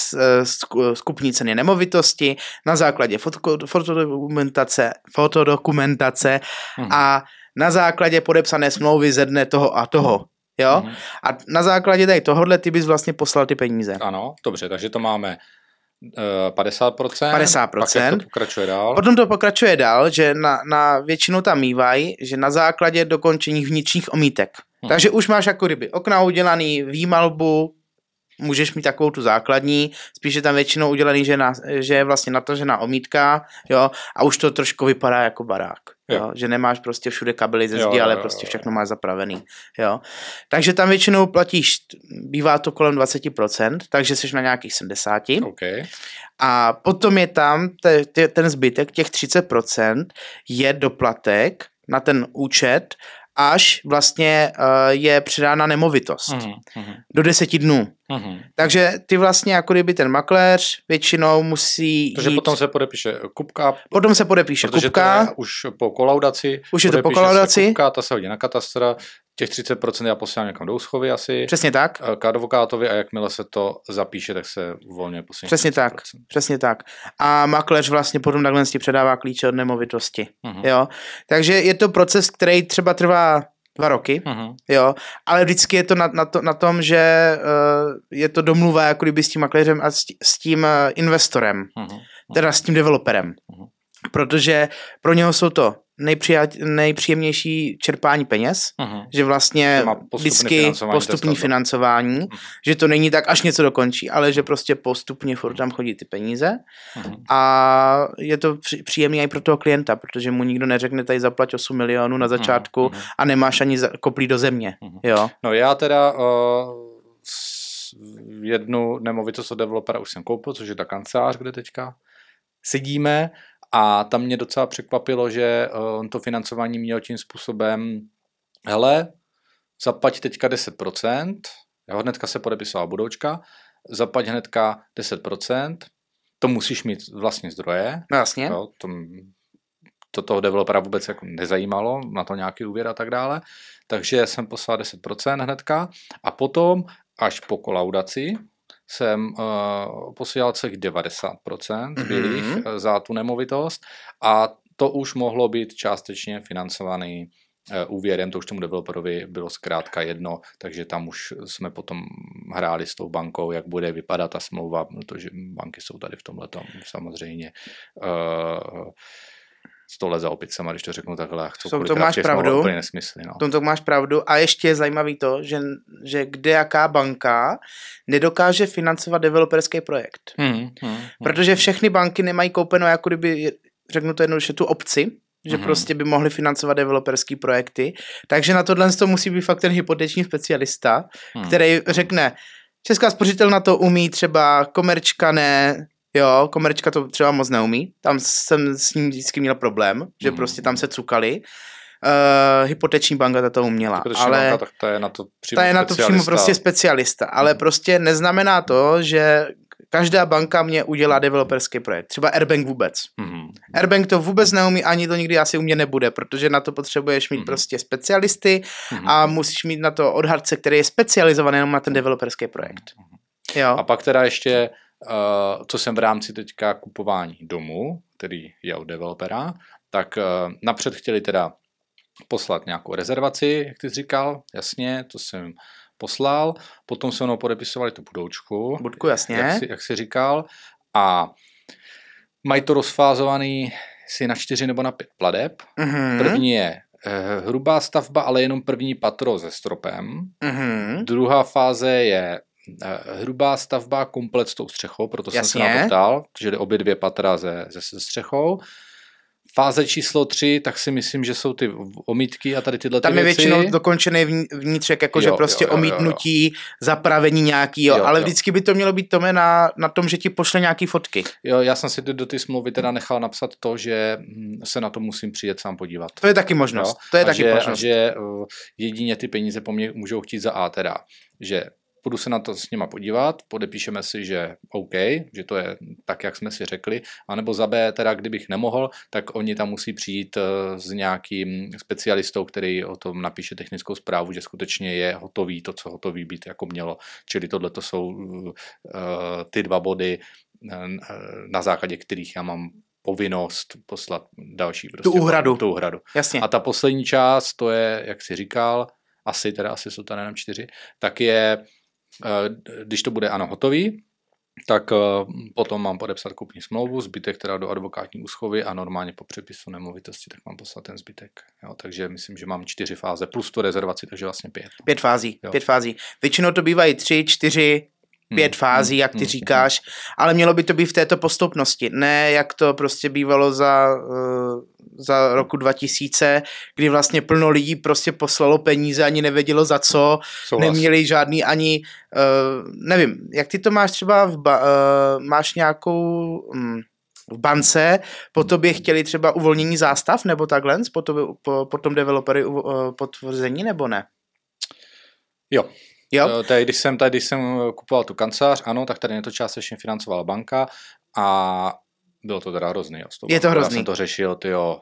z kupní ceny nemovitosti na základě fotodokumentace, fotodokumentace mm. a na základě podepsané smlouvy ze dne toho a toho. Jo? Mm. A na základě tady tohohle ty bys vlastně poslal ty peníze. Ano, dobře, takže to máme padesát procent, padesát procent. Pak to pokračuje dál. Potom to pokračuje dál, že na, na většinu tam mývají, že na základě dokončení vnitřních omítek. Hmm. Takže už máš jako kdyby okna udělaný, výmalbu, můžeš mít takovou tu základní, spíš je tam většinou udělaný, že, na, že je vlastně natažená omítka, jo, a už to trošku vypadá jako barák. Jo. Jo, že nemáš prostě všude kabely ze zdi, jo, ale jo, prostě všechno máš zapravený. Jo. Takže tam většinou platíš, bývá to kolem dvacet procent, takže jsi na nějakých sedmdesát procent. Okay. A potom je tam te, te, ten zbytek, těch třicet procent je doplatek na ten účet, až vlastně uh, je předána nemovitost. Uh-huh, uh-huh. Do deseti dnů. Uh-huh. Takže ty vlastně jako kdyby ten makléř většinou musí Takže jít... potom se podepíše kupka. Potom se podepíše protože kupka. To je už po kolaudaci. Už je to po kolaudaci. Kupka, ta se hodí na katastr. Těch třicet procent já posílám někam do úschovy asi. Přesně tak. K advokátovi a jakmile se to zapíše, tak se volně posílá. Přesně tak. Přesně tak. A makléř vlastně potom takhle si předává klíče od nemovitosti. Uh-huh. Jo. Takže je to proces, který třeba trvá dva roky, uh-huh. jo, ale vždycky je to na, na, to, na tom, že uh, je to domluva jako kdyby s tím makléřem a s, s tím uh, investorem, uh-huh. teda s tím developerem. Uh-huh. Protože pro něho jsou to nejpřijat, nejpříjemnější čerpání peněz, uh-huh. že vlastně vždycky financování postupní financování, uh-huh. že to není tak, až něco dokončí, ale že prostě postupně furt tam chodí ty peníze uh-huh. a je to příjemný i pro toho klienta, protože mu nikdo neřekne tady zaplať osm milionů na začátku uh-huh. a nemáš ani koplí do země. Uh-huh. Jo. No já teda uh, jednu nemovitost od developera už jsem koupil, což je ta kancelář, kde teďka sedíme. A tam mě docela překvapilo, že on to financování měl tím způsobem, hele, zaplať teďka deset procent, jo, hnedka se podepisovala budoučka, zaplať hnedka deset procent, to musíš mít vlastní zdroje. Jasně. Jo, to, to toho developera vůbec jako nezajímalo, na to nějaký úvěr a tak dále, takže jsem poslal deset procent hnedka a potom až po kolaudaci jsem uh, posílal celých devadesát procent zbylých mm-hmm. za tu nemovitost a to už mohlo být částečně financovaný uh, úvěrem, to už tomu developerovi bylo zkrátka jedno, takže tam už jsme potom hráli s tou bankou, jak bude vypadat ta smlouva, protože banky jsou tady v tomhletom samozřejmě uh, stole za opicema, když to řeknu takhle, chcou to máš pravdu. Úplně nesmysly. No. To, to máš pravdu. A ještě je zajímavý to, že, že kde jaká banka nedokáže financovat developerský projekt. Hmm, hmm, hmm. Protože všechny banky nemají koupeno, jako kdyby, řeknu to jednoduše, tu opci, že hmm. prostě by mohli financovat developerský projekty. Takže na tohle to musí být fakt ten hypoteční specialista, hmm. který řekne, Česká spořitelna to umí, třeba Komerčka ne. Jo, Komerčka to třeba moc neumí. Tam jsem s ním vždycky měl problém, že mm. prostě tam se cukali. Uh, hypoteční banka to uměla. Ale banka, tak ta je na to přímo ta je na to přímo prostě specialista. Ale mm. prostě neznamená to, že každá banka mě udělá developerský projekt. Třeba Airbank vůbec. Mm. Airbank to vůbec neumí, ani to nikdy asi umě nebude, protože na to potřebuješ mít mm. prostě specialisty mm. a musíš mít na to odhadce, který je specializovaný jenom na ten developerský projekt. Mm. Jo. A pak teda ještě Uh, co jsem v rámci teďka kupování domu, který je od developera, tak uh, napřed chtěli teda poslat nějakou rezervaci, jak ty jsi říkal, jasně, to jsem poslal, potom se mnou podepisovali tu budoučku. Budku, jasně. Jak jsi, jak jsi říkal. A mají to rozfázovaný si na čtyři nebo na pět pladeb. Mm-hmm. První je eh, hrubá stavba, ale jenom první patro se stropem. Mm-hmm. Druhá fáze je eh, hrubá stavba komplet s tou střechou, proto Jasně. jsem se na to ptal, že jde obě dvě patra se, se, se střechou. Fáze číslo tři, tak si myslím, že jsou ty omítky a tady tyhle ty Tam je věci. většinou dokončený vnitřek, jakože prostě jo, jo, omítnutí, jo, jo. zapravení nějaký, jo, jo, ale jo. vždycky by to mělo být tome na, na tom, že ti pošle nějaký fotky. Jo, já jsem si do ty smlouvy teda nechal napsat to, že se na to musím přijet sám podívat. To je taky možnost. Jo? To je a taky že, možnost. A že uh, jedině ty peníze po mně můžou chtít za A teda, že půjdu se na to s nima podívat, podepíšeme si, že OK, že to je tak, jak jsme si řekli, anebo za B, teda kdybych nemohl, tak oni tam musí přijít s nějakým specialistou, který o tom napíše technickou zprávu, že skutečně je hotový to, co hotový být jako mělo. Čili tohle to jsou uh, ty dva body, uh, na základě kterých já mám povinnost poslat další prostě. Tu úhradu. Tu úhradu. Jasně. A ta poslední část, to je, jak jsi říkal, asi teda, asi jsou tady jenom čtyři, tak je, když to bude ano hotový, tak potom mám podepsat kupní smlouvu, zbytek teda do advokátní úschovy a normálně po přepisu nemovitosti, tak mám poslat ten zbytek. Jo, takže myslím, že mám čtyři fáze plus tu rezervaci, takže vlastně pět. Pět fází, jo. pět fází. Většinou to bývají tři, čtyři, pět hmm, fází, jak ty hmm, říkáš, hmm. ale mělo by to být v této postupnosti, ne jak to prostě bývalo za, uh, za roku dva tisíce, kdy vlastně plno lidí prostě poslalo peníze, ani nevědělo za co, Souhlas. Neměli žádný ani, uh, nevím, jak ty to máš třeba, v ba- uh, máš nějakou... Um, v bance, po tobě chtěli třeba uvolnění zástav, nebo takhle, po, tobě, po, po tom developery uh, potvrzení, nebo ne? Jo. Jo? Tady, když jsem, tady, když jsem kupoval tu kancelář, ano, tak tady to částečně financovala banka a bylo to teda hrozný. Jo, je to hrozný. Já jsem to řešil, tyjo,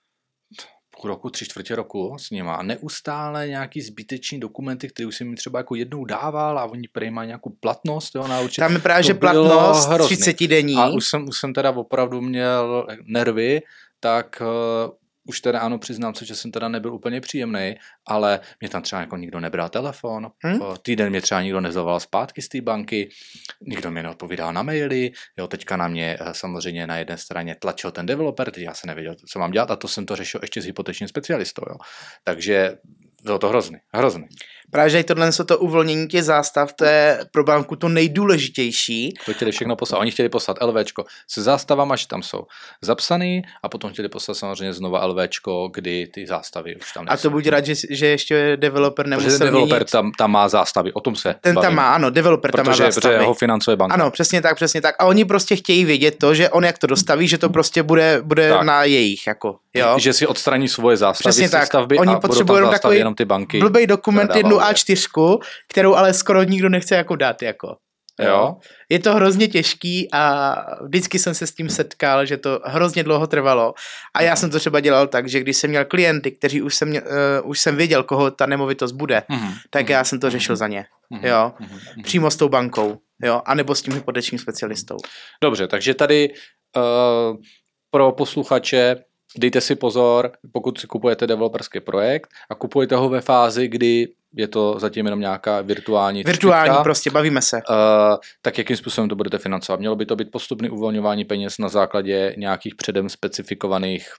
půl roku, tři čtvrtě roku s nima a neustále nějaký zbyteční dokumenty, které už jsem mi třeba jako jednou dával a oni prý mají nějakou platnost, jo, na určitě. Tam je právě, že platnost třicet denní. A už jsem, už jsem teda opravdu měl nervy, tak uh, už teda ano, přiznám se, že jsem teda nebyl úplně příjemný, ale mě tam třeba jako nikdo nebral telefon, hmm? týden mě třeba nikdo nezavolal zpátky z té banky, nikdo mi neodpovídal na maily, jo, teďka na mě samozřejmě na jedné straně tlačil ten developer, teď já se nevěděl, co mám dělat a to jsem to řešil ještě s hypotečním specialistou, jo. Takže bylo to hrozný, hrozný. Právě, že tohle to uvolnění těch zástav, to je pro banku to nejdůležitější. To chtěli všechno poslat. Oni chtěli poslat LVčko se zástavama, že tam jsou zapsaný a potom chtěli poslat samozřejmě znova LVčko, kdy ty zástavy už tam nejsou. A to buď rád, že, že ještě developer nemusel Protože developer tam, tam má zástavy, o tom se Ten bavím. tam má, ano, developer protože, tam má zástavy. Protože ho financuje banka. Ano, přesně tak, přesně tak. A oni prostě chtějí vědět to, že on jak to dostaví, že to prostě bude, bude na jejich, jako, jo. Že si odstraní svoje zástavy z té stavby oni a budou tam zástavy jenom ty banky. Blbej dokument jednu á čtyři, kterou ale skoro nikdo nechce jako dát, jako. Jo. Je to hrozně těžký a vždycky jsem se s tím setkal, že to hrozně dlouho trvalo a já jsem to třeba dělal tak, že když jsem měl klienty, kteří už jsem, uh, už jsem věděl, koho ta nemovitost bude, mm-hmm. tak já jsem to řešil za ně, mm-hmm. jo, mm-hmm. přímo s tou bankou, jo, anebo s tím hypotečním specialistou. Dobře, takže tady uh, pro posluchače dejte si pozor, pokud si kupujete developerský projekt a kupujete ho ve fázi, kdy je to zatím jenom nějaká virtuální Virtuální třička, prostě, bavíme se. Uh, tak jakým způsobem to budete financovat? Mělo by to být postupné uvolňování peněz na základě nějakých předem specifikovaných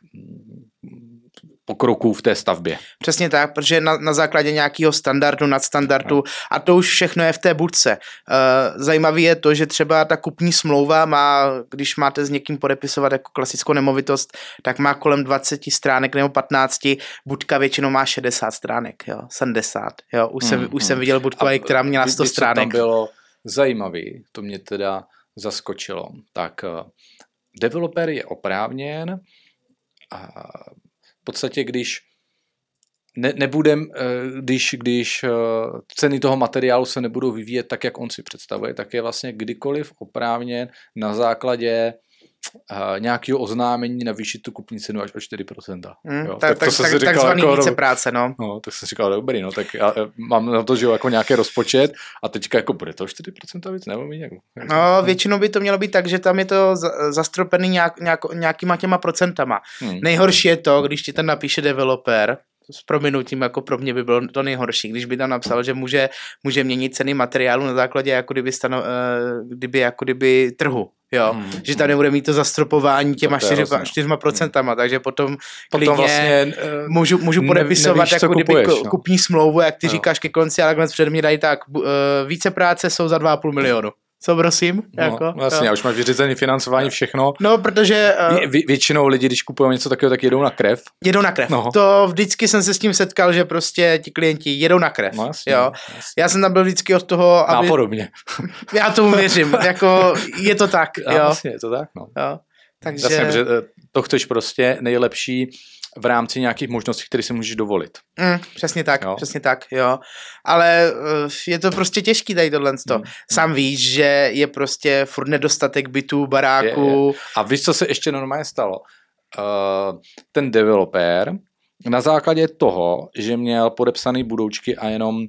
pokroků v té stavbě. Přesně tak, protože na, na základě nějakého standardu, nadstandardu no. a to už všechno je v té budce. Uh, zajímavý je to, že třeba ta kupní smlouva má, když máte s někým podepisovat jako klasickou nemovitost, tak má kolem dvacet stránek nebo patnáct, budka většinou má šedesát stránek, jo, sedmdesát, jo, už, jsem, hmm, už hmm. jsem viděl budku, a která měla sto stránek. Tam bylo zajímavý, to mě teda zaskočilo, tak uh, developer je oprávněn a v podstatě, když ne, nebudem, když, když ceny toho materiálu se nebudou vyvíjet tak, jak on si představuje, tak je vlastně kdykoliv oprávněn na základě nějakého oznámení navýšit tu kupní cenu až o čtyři procenta. Mm, jo, tak, tak, tak, tak takzvaný jako, více práce, no. no. Tak jsem říkal, dobrý, no, tak já mám na to, že jako nějaký rozpočet a teďka jako bude to čtyři procenta víc, nebo jak, jak No, většinou by to mělo být tak, že tam je to zastropený nějak, nějak, nějakýma těma procentama. Hmm. Nejhorší je to, když ti tam napíše developer, s prominutím jako pro mě by bylo to nejhorší, když by tam napsal, že může, může měnit ceny materiálu na základě jako kdyby, stano, kdyby, jako kdyby trhu. Jo, hmm. že tam nebude mít to zastropování těma čtyřma procentama, takže potom, potom klidně vlastně, můžu, můžu podepisovat nevíš, jako kdyby kupuješ, no. kupní smlouvu, jak ty no. říkáš ke konci, ale před mě dají tak, uh, více práce jsou za dva a půl milionu. Co prosím? No, jako, vlastně, jo. už máš vyřízený financování, všechno. No, protože... Uh, Vě, většinou lidi, když kupují něco takového, tak jedou na krev. Jedou na krev. No. To vždycky jsem se s tím setkal, že prostě ti klienti jedou na krev. No, jasně, jo. Jasně. Já jsem tam byl vždycky od toho, aby... No, podobně. Já tomu věřím, jako je to tak. Jo. Jo. Vlastně, je to tak, no. Jo. Takže... Jasně, že to chceš prostě nejlepší v rámci nějakých možností, které si můžeš dovolit. Mm, přesně tak, jo. přesně tak, jo. Ale uh, je to prostě těžký tady tohle. Mm. Sám víš, že je prostě furt nedostatek bytů, baráků. Je, je. A víš, co se ještě normálně stalo? Uh, ten developer na základě toho, že měl podepsaný budoučky a jenom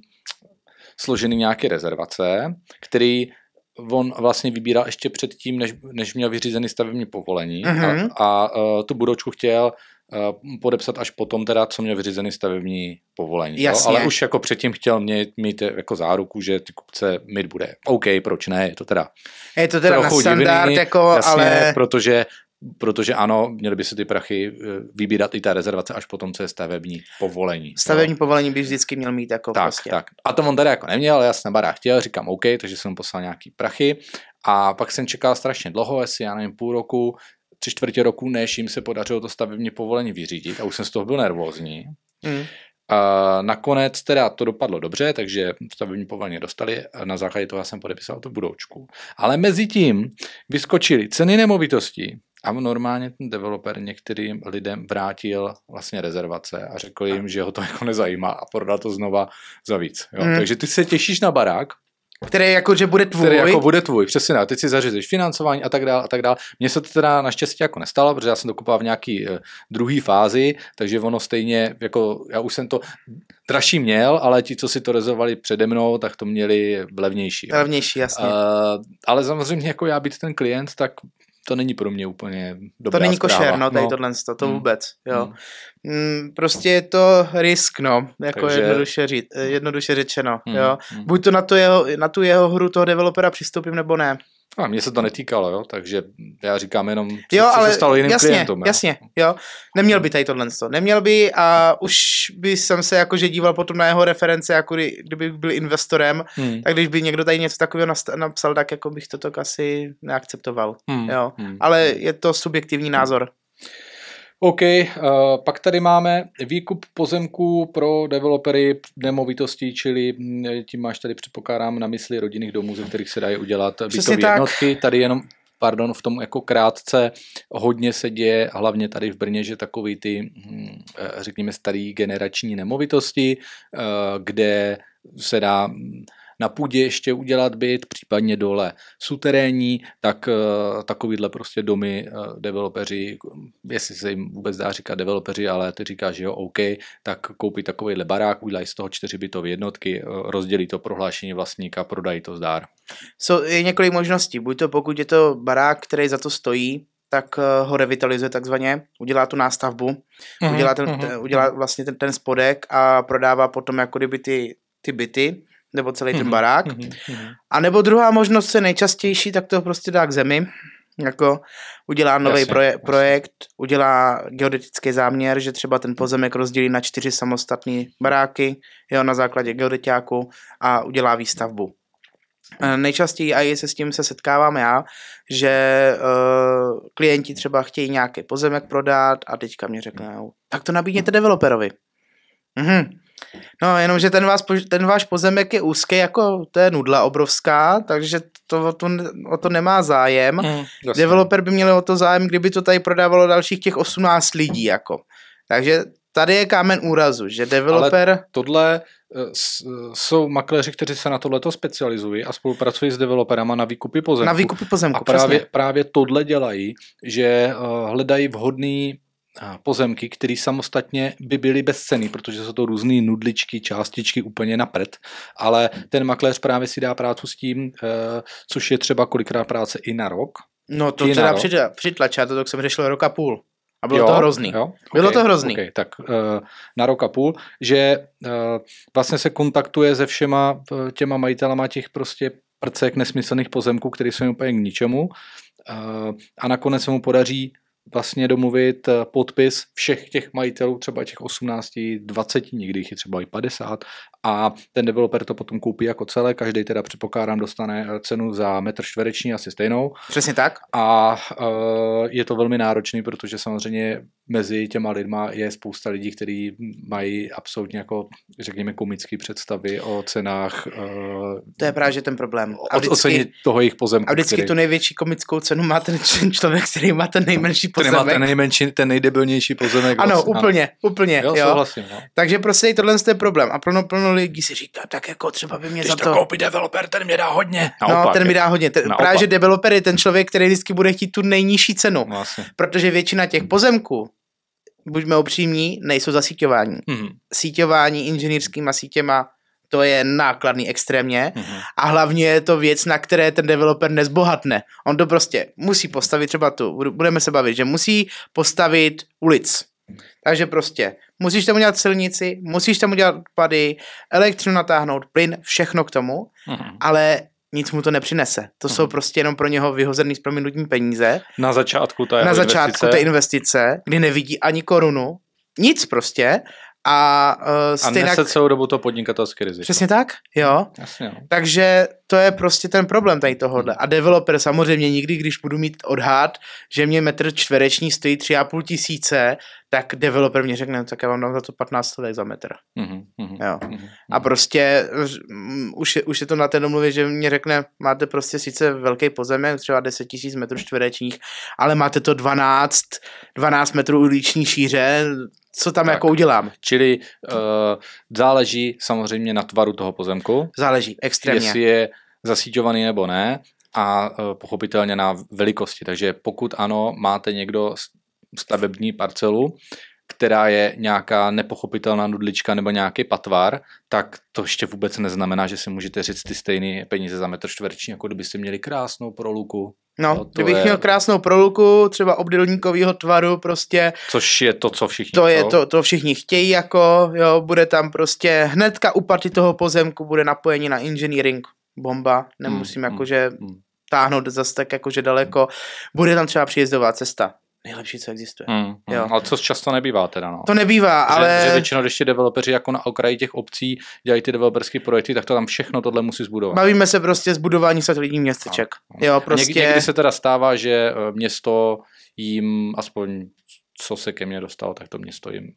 složený nějaké rezervace, který on vlastně vybíral ještě předtím, než, než měl vyřízený stavební povolení mm-hmm. a, a uh, tu budoučku chtěl uh, podepsat až potom teda, co měl vyřízený stavební povolení. Jasně. Ale už jako předtím chtěl mít, mít jako záruku, že ty kupce mít bude. OK, proč ne, je to teda je to teda na standard, divný, jako, jasně, ale... protože Protože ano, měly by se ty prachy vybírat i ta rezervace až potom, co je stavební povolení. Stavební no. povolení by vždycky měl mít jako tak, prostě. Tak. A to on teda jako neměl, já jsem na barák chtěl, říkám OK, takže jsem poslal nějaký prachy a pak jsem čekal strašně dlouho, jestli já nevím půl roku, tři čtvrtě roku, než jim se podařilo to stavební povolení vyřídit a už jsem z toho byl nervózní. Mm. A nakonec teda to dopadlo dobře, takže stavební povolení dostali a na základě toho já jsem podepisal tu budoučku. Ale mezi tím vyskočily ceny nemovitostí a normálně ten developer některým lidem vrátil vlastně rezervace a řekl jim, že ho to jako nezajímá a prodal to znova za víc. Jo? Hmm. Takže ty se těšíš na barák, který jako, že bude tvůj. Který jako bude tvůj, přesně tak. Teď si zařízeš financování a tak dále a tak dále. Mně se to teda naštěstí jako nestalo, protože já jsem to kupoval v nějaký uh, druhý fázi, takže ono stejně, jako já už jsem to dražší měl, ale ti, co si to rezervovali přede mnou, tak to měli levnější. Jo. Levnější, jasně. Uh, ale samozřejmě jako já být ten klient, tak to není pro mě úplně dobrá To není zpráva. košer, no, tady no. tohle, to, to vůbec, jo. Hmm. Prostě je to risk, no, jako Takže... jednoduše, ří, jednoduše řečeno, hmm. jo. Hmm. Buď to na, to jeho, na tu jeho hru toho developera přistoupím, nebo ne. A mně se to netýkalo, jo, takže já říkám jenom, co, jo, ale co se stalo jiným jasně, klientům. Jo. Jasně, jo, neměl by tady tohle, neměl by a už by jsem se jakože díval potom na jeho reference, jako kdyby byl investorem, hmm. tak když by někdo tady něco takového napsal, tak jako bych to tak asi neakceptoval, hmm. jo, hmm. ale je to subjektivní názor. OK, uh, pak tady máme výkup pozemků pro developery nemovitostí, čili tím máš tady předpokládám na mysli rodinných domů, ze kterých se dají udělat bytové jednotky. Tady jenom, pardon, v tom jako krátce hodně se děje, hlavně tady v Brně, že takový ty, řekněme, starý generační nemovitosti, kde se dá na půdě ještě udělat byt, případně dole suterénní, tak uh, takovýhle prostě domy uh, developeři, jestli se jim vůbec dá říkat developeři, ale ty říkáš, že jo, OK, tak koupí takovýhle barák, udělají z toho čtyři bytové jednotky, uh, rozdělí to prohlášení vlastníka, prodají to zdár. So, je několik možností, buď to pokud je to barák, který za to stojí, tak uh, ho revitalizuje takzvaně, udělá tu nástavbu, mm-hmm. udělá, ten, ten, udělá vlastně ten, ten spodek a prodává potom jako kdyby ty, ty byty, nebo celý ten barák. Mm-hmm. A nebo druhá možnost je nejčastější, tak to prostě dá k zemi. Jako udělá nový proje- projekt, udělá geodetický záměr, že třeba ten pozemek rozdělí na čtyři samostatné baráky, jo, na základě geodetiáku a udělá výstavbu. Nejčastěji a se s tím se setkávám já, že uh, klienti třeba chtějí nějaký pozemek prodat a teďka mě řeknou, tak to nabídněte developerovi. Mhm. No, jenomže ten, vás, ten váš pozemek je úzký, jako to je nudla obrovská, takže to, to, o to nemá zájem. Mm, Developer by měl o to zájem, kdyby to tady prodávalo dalších těch osmnáct lidí, jako. Takže tady je kámen úrazu, že developer... Ale tohle jsou makléři, kteří se na tohleto specializují a spolupracují s developerama na výkupy pozemku. Na výkupy pozemku, a právě, právě tohle dělají, že hledají vhodný pozemky, které samostatně by byly bezcenný, protože jsou to různý nudličky, částičky úplně na prd, ale ten makléř právě si dá práci s tím, což je třeba kolikrát práce i na rok. No to teda přitlačá, to tak jsem řešil rok a půl. A bylo jo, to hrozný. Jo? Bylo okay, to hrozný. Okay, tak uh, na rok a půl, že uh, vlastně se kontaktuje se všema těma majitelama těch prostě prcek nesmyslných pozemků, které jsou úplně k ničemu, uh, a nakonec se mu podaří vlastně domluvit podpis všech těch majitelů, třeba těch osmnáct, dvacet, někdy jich je třeba i padesát, a ten developer to potom koupí jako celé, každý teda předpokládám dostane cenu za metr čtvereční asi stejnou. Přesně tak. A uh, je to velmi náročný, protože samozřejmě mezi těma lidma je spousta lidí, kteří mají absolutně jako, řekněme, komické představy o cenách. Uh, to je právě ten problém. A vždycky, ocenit toho jejich pozemku. A vždycky který... tu největší komickou cenu má ten člověk, který má ten nejmenší pozemek. Který má ten nejmenší, ten nejdebilnější pozemek. Ano, vlastně, úplně, ano. úplně. Jo, jo. Souhlasím, no. Takže prostě tohle je problém. A plno, plno lidí si říká, tak jako třeba by mě Když za to... to... koupí developer, ten mě dá hodně. Naopak, no, ten mi dá hodně. Ten, právě, že developer je ten člověk, který vždycky bude chtít tu nejnižší cenu. Vlastně. Protože většina těch pozemků, buďme upřímní, nejsou zasíťování. Mm-hmm. Síťování inženýrskýma sítěma, to je nákladný extrémně, mm-hmm. a hlavně je to věc, na které ten developer nezbohatne. On to prostě musí postavit, třeba tu, budeme se bavit, že musí postavit ulic. Takže prostě musíš tam udělat silnici, musíš tam udělat odpady, elektřinu natáhnout, plyn, všechno k tomu, mm-hmm. ale nic mu to nepřinese. To mm-hmm. jsou prostě jenom pro něho vyhozený z prominutní peníze. Na začátku té Na začátku investice. té investice, kdy nevidí ani korunu, nic prostě. A, uh, stejnak... a nese celou dobu to podnikatelské riziko. Přesně tak, jo. Jasně, no. Takže to je prostě ten problém tady tohohle. A developer samozřejmě nikdy, když budu mít odhad, že mě metr čtvereční stojí tři a půl tisíce, tak developer mě řekne, tak já vám dám za to patnáct stovek za metr. Mm-hmm, jo. Mm-hmm. A prostě um, už, je, už je to na té domluvě, že mě řekne, máte prostě sice velký pozemek, třeba deset tisíc metrů čtverečních, ale máte to dvanáct, dvanáct metrů uliční šíře, co tam tak, jako udělám. Čili uh, záleží samozřejmě na tvaru toho pozemku. Záleží, extrémně. Jestli je zasíťovaný nebo ne, a uh, pochopitelně na velikosti. Takže pokud ano, máte někdo stavební parcelu, která je nějaká nepochopitelná nudlička nebo nějaký patvar, tak to ještě vůbec neznamená, že si můžete říct ty stejné peníze za metr čtvereční, jako kdybyste měli krásnou proluku. No, no kdybych je... měl krásnou proluku, třeba obdélníkovýho tvaru prostě. Což je to, co všichni To je to, to všichni chtějí, jako, jo, bude tam prostě hnedka u party toho pozemku bude napojení na engineering, bomba, nemusím hmm, jakože hmm. táhnout zase tak jakože daleko, bude tam třeba příjezdová cesta. Nejlepší, co existuje. Hmm, jo. Ale co často nebývá teda, no. To nebývá, že, ale... Že většinou, když ti developeři jako na okraji těch obcí dělají ty developerské projekty, tak to tam všechno tohle musí zbudovat. Bavíme se prostě zbudování satelitních městeček. No. Jo, prostě... Někdy, někdy se teda stává, že město jim aspoň co se ke mně dostalo, tak to město jim,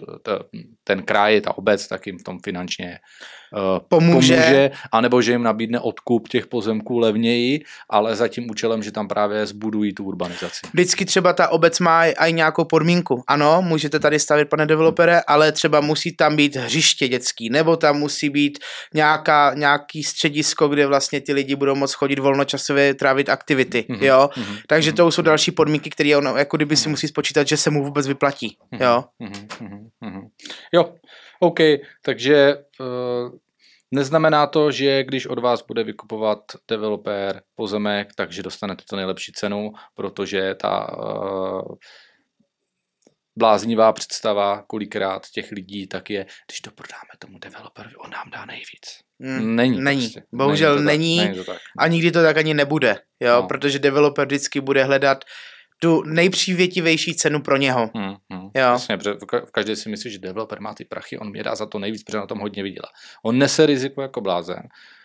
ten kraj, ta obec, tak jim v tom finančně uh, pomůže. pomůže, anebo že jim nabídne odkup těch pozemků levněji, ale za tím účelem, že tam právě zbudují tu urbanizaci. Vždycky třeba ta obec má i nějakou podmínku. Ano, můžete tady stavit, pane developere, ale třeba musí tam být hřiště dětský, nebo tam musí být nějaká, nějaký středisko, kde vlastně ti lidi budou moct chodit volnočasově trávit aktivity, mm-hmm. jo. Mm-hmm. Takže to jsou další podmínky, které ono, jako kdyby si musí spočítat, že se mu vůbec vyplatí, jo. Mm-hmm. Mm-hmm. Jo, OK, takže uh, neznamená to, že když od vás bude vykupovat developer pozemek, takže dostanete to nejlepší cenu, protože ta uh, bláznivá představa kolikrát těch lidí tak je, když to prodáme tomu developerovi, on nám dá nejvíc. Mm, není. Není. Prostě. Bohužel není, není, není a nikdy to tak ani nebude, jo, no. Protože developer vždycky bude hledat tu nejpřívětivější cenu pro něho. Hmm, hmm. Jo. Jasně, v každý si myslí, že developer má ty prachy, on mě dá za to nejvíc, protože na tom hodně vydělá. On nese riziko jako blázen,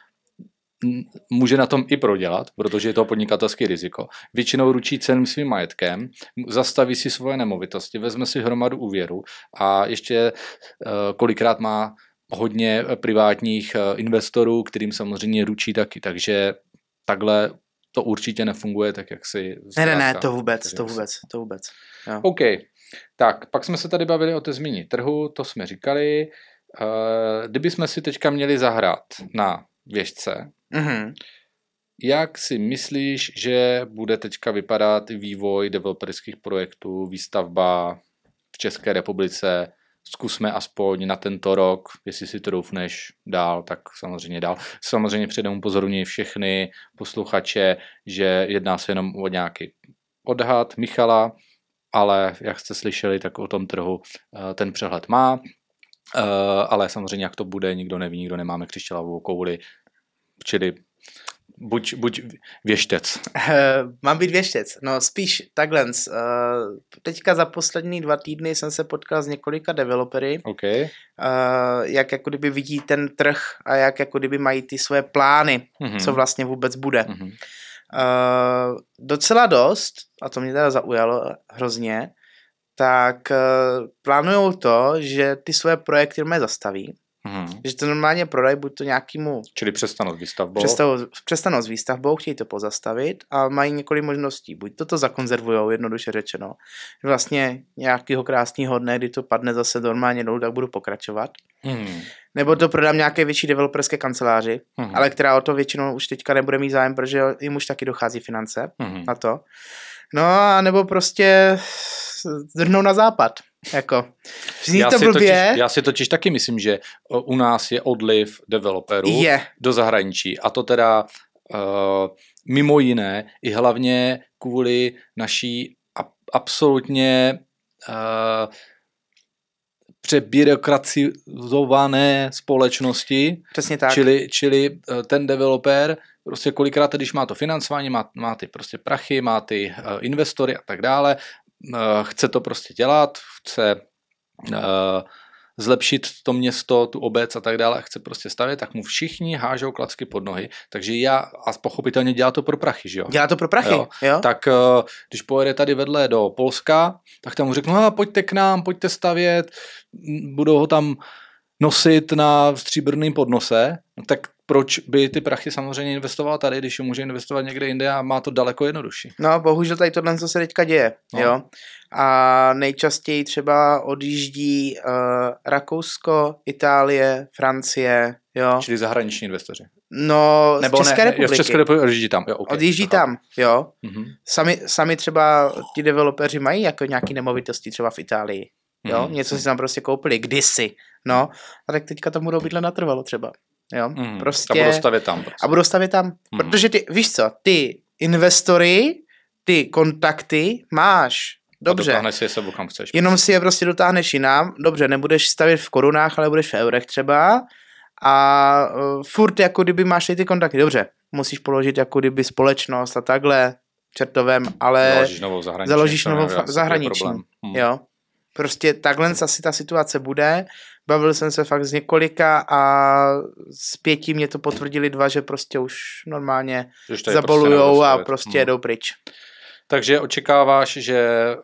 může na tom i prodělat, protože je to podnikatelské riziko. Většinou ručí celým svým majetkem, zastaví si svoje nemovitosti, vezme si hromadu úvěru a ještě kolikrát má hodně privátních investorů, kterým samozřejmě ručí taky, takže takhle to určitě nefunguje tak, jak si... Ne, ne, ne, to vůbec, to vůbec, to vůbec. Jo. OK, tak pak jsme se tady bavili o té změně trhu, to jsme říkali. Kdyby jsme si teďka měli zahrát na věžce, mm-hmm. jak si myslíš, že bude teďka vypadat vývoj developerských projektů, výstavba v České republice? Zkusme aspoň na tento rok, jestli si to doufneš dál, tak samozřejmě dál. Samozřejmě předem upozorňuji všechny posluchače, že jedná se jenom o nějaký odhad Michala, ale jak jste slyšeli, tak o tom trhu ten přehled má, ale samozřejmě jak to bude, nikdo neví, nikdo nemáme křišťálovou kouli, čili buď, buď věštec. Mám být věštec, no spíš takhle. Teďka za poslední dva týdny jsem se potkal s několika developery, okay. jak jako kdyby vidí ten trh a jak jako kdyby mají ty své plány, mm-hmm. co vlastně vůbec bude. Mm-hmm. Uh, docela dost, a to mě teda zaujalo hrozně, tak uh, plánujou to, že ty své projekty normálně zastaví. Hmm. Že to normálně prodají buď to nějakému... Čili přestanou s výstavbou. Přestanou, přestanou s výstavbou, chtějí to pozastavit a mají několik možností. Buď to to zakonzervujou, jednoduše řečeno. Vlastně nějakého krásného dne, kdy to padne zase normálně dolů, tak budu pokračovat. Hmm. Nebo to prodám nějaké větší developerské kanceláři, hmm. ale která o to většinou už teďka nebude mít zájem, protože jim už taky dochází finance hmm. na to. No a nebo prostě zdrhnou na západ. Jako. Já, to si totiž, já si totiž taky myslím, že u nás je odliv developerů je. do zahraničí. A to teda uh, mimo jiné i hlavně kvůli naší ab- absolutně uh, přebyrokratizované společnosti. Přesně tak. Čili, čili ten developer prostě kolikrát, když má to financování, má, má ty prostě prachy, má ty uh, investory a tak dále, uh, chce to prostě dělat, chce uh, zlepšit to město, tu obec a tak dále, chce prostě stavět, tak mu všichni hážou klacky pod nohy. Takže já, a pochopitelně dělá to pro prachy, že jo? Dělá to pro prachy, jo. jo. Tak uh, když pojede tady vedle do Polska, tak tam mu řeknu, no, pojďte k nám, pojďte stavět, budou ho tam nosit na stříbrném podnose, no, tak proč by ty prachy samozřejmě investoval tady, když může investovat někde jinde a má to daleko jednodušší. No, bohužel tady tohle, co se teďka děje, no. jo. A nejčastěji třeba odjíždí uh, Rakousko, Itálie, Francie, jo. Čili zahraniční investoři. No, Nebo z České ne, republiky. Jo, z České republiky odjíždí tam, jo. Okay, odjíždí tam, jo. Mm-hmm. Sami, sami třeba ti developeři mají jako nějaký nemovitosti třeba v Itálii, jo. Mm-hmm. Něco si tam prostě koupili, kdysi, no. A tak teďka tam budou bydlet natrvalo třeba. Jo, mm, prostě. A budou stavět tam. Prostě. A budou stavět tam, mm. protože ty, víš co, ty investory, ty kontakty máš, dobře. A dotáhneš si je sebou, kam chceš. Jenom si je prostě dotáhneš jinam, dobře, nebudeš stavět v korunách, ale budeš v eurech třeba a uh, furt jako kdyby máš ty kontakty, dobře, musíš položit jako kdyby společnost a takhle čertovem, ale založíš novou zahraniční. Založíš novou fa- zahraniční, mm. jo. Prostě takhle asi ta situace bude. Bavil jsem se fakt s několika a z pěti mě to potvrdili dva, že prostě už normálně zabolujou prostě a prostě jedou pryč. Takže očekáváš, že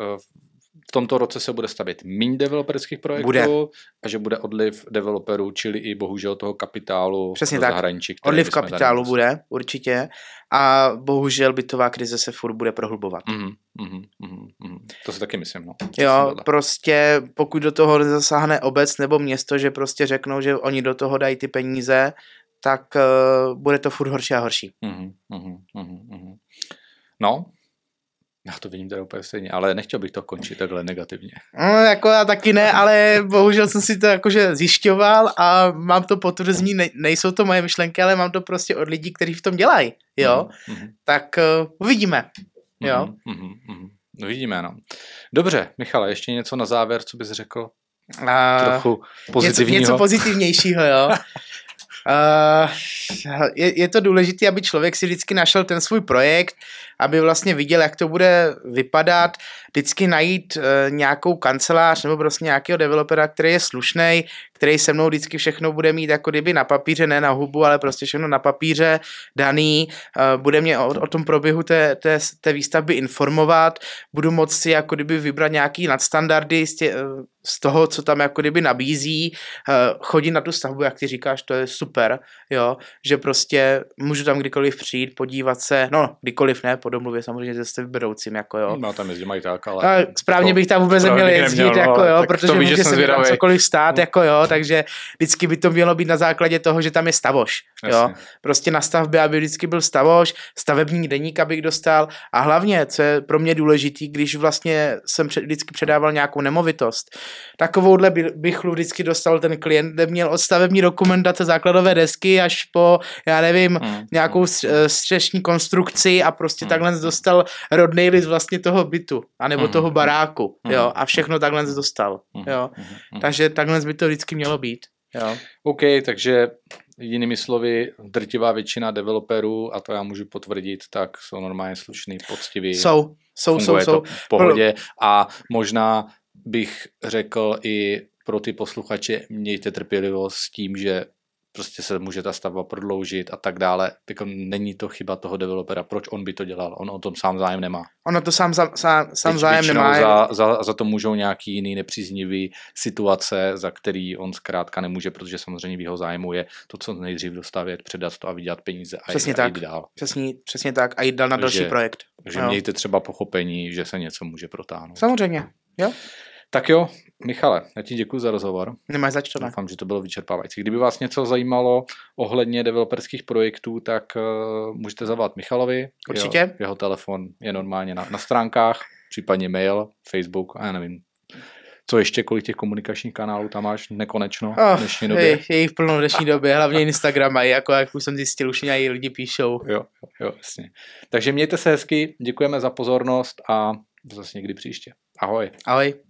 v tomto roce se bude stavět méně developerských projektů bude. A že bude odliv developerů, čili i bohužel toho kapitálu přesně do tak. zahraničí. Odliv kapitálu bude, určitě. A bohužel bytová krize se furt bude prohlubovat. Mm, mm, mm, mm. To si taky myslím. No. Jo, prostě pokud do toho nezasáhne obec nebo město, že prostě řeknou, že oni do toho dají ty peníze, tak uh, bude to furt horší a horší. Mm, mm, mm, mm. No, já to vidím teda úplně stejně, ale nechtěl bych to končit takhle negativně. No, jako já taky ne, ale bohužel jsem si to jakože zjišťoval a mám to potvrzení, ne, nejsou to moje myšlenky, ale mám to prostě od lidí, kteří v tom dělají, jo. Mm-hmm. Tak uh, uvidíme, jo. Mm-hmm, mm-hmm. No, vidíme, no. Dobře, Michale, ještě něco na závěr, co bys řekl? Uh, Trochu pozitivního. Něco, něco pozitivnějšího, jo. Uh, je, je to důležité, aby člověk si vždycky našel ten svůj projekt, aby vlastně viděl, jak to bude vypadat, vždycky najít uh, nějakou kancelář nebo prostě nějakého developera, který je slušnej, který se mnou vždycky všechno bude mít jako kdyby na papíře, ne na hubu, ale prostě všechno na papíře daný, uh, bude mě o, o tom proběhu té, té, té výstavby informovat, budu moct si jako kdyby vybrat nějaký nadstandardy z, tě, uh, z toho, co tam jako kdyby nabízí, uh, chodit na tu stavbu, jak ty říkáš, to je super, jo, že prostě můžu tam kdykoliv přijít, podívat se, no kdykoliv ne, po domluvě samozřejmě se stavbyberoucím, jako jo. No tam jezdí mají tak, ale... ale správně bych tam vůbec neměl jezdit, neměl, jako jo, protože ví, může se mi tam cokoliv stát, no. Jako jo, takže vždycky by to mělo být na základě toho, že tam je stavoš, Jo, prostě na stavbě, aby vždycky byl stavoš, stavební deník, abych dostal a hlavně, co je pro mě důležitý, když vlastně jsem před, vždycky předával nějakou nemovitost, takovouhle by, bychlu vždycky dostal ten klient, kde měl od stavební dokumentace základové desky až po, já nevím, hmm. nějakou střešní konstrukci a prostě hmm. takhle dostal rodnej list vlastně toho bytu, anebo hmm. toho baráku, hmm. jo, a všechno takhle dostal, jo, hmm. takže takhle by to vždycky mělo být. Jo. OK, takže jinými slovy, drtivá většina developerů, a to já můžu potvrdit, tak jsou normálně slušný, poctiví. Jsou, jsou, jsou, jsou. V pohodě a možná bych řekl i pro ty posluchače, mějte trpělivost s tím, že prostě se může ta stavba prodloužit a tak dále. Jako není to chyba toho developera, proč on by to dělal, on o tom sám zájem nemá. Ono to sám, sám, sám zájem nemá. Za, za, za to můžou nějaký jiný nepříznivý situace, za který on zkrátka nemůže, protože samozřejmě v jeho zájmu je to, co nejdřív dostavět, předat to a vydělat peníze a, přesně jít, tak. a jít dál. Přesně, přesně tak a jít dál na takže, další projekt. Takže jo. Mějte třeba pochopení, že se něco může protáhnout. Samozřejmě, jo. Tak jo, Michale, já ti děkuji za rozhovor. Nemáš zač to, ne? Doufám, že to bylo vyčerpávající. Kdyby vás něco zajímalo ohledně developerských projektů, tak uh, můžete zavolat Michalovi. Určitě. Jeho, jeho telefon je normálně na, na stránkách, případně mail, Facebook a já nevím. Co ještě, kolik těch komunikačních kanálů tam máš nekonečno v oh, dnešní době? Je, je jich plno v dnešní době, hlavně Instagram mají, jako jak už jsem zjistil, už i lidi píšou. Jo, jo, jasně. Takže mějte se hezky, děkujeme za pozornost a zase někdy příště. Ahoj. Ahoj.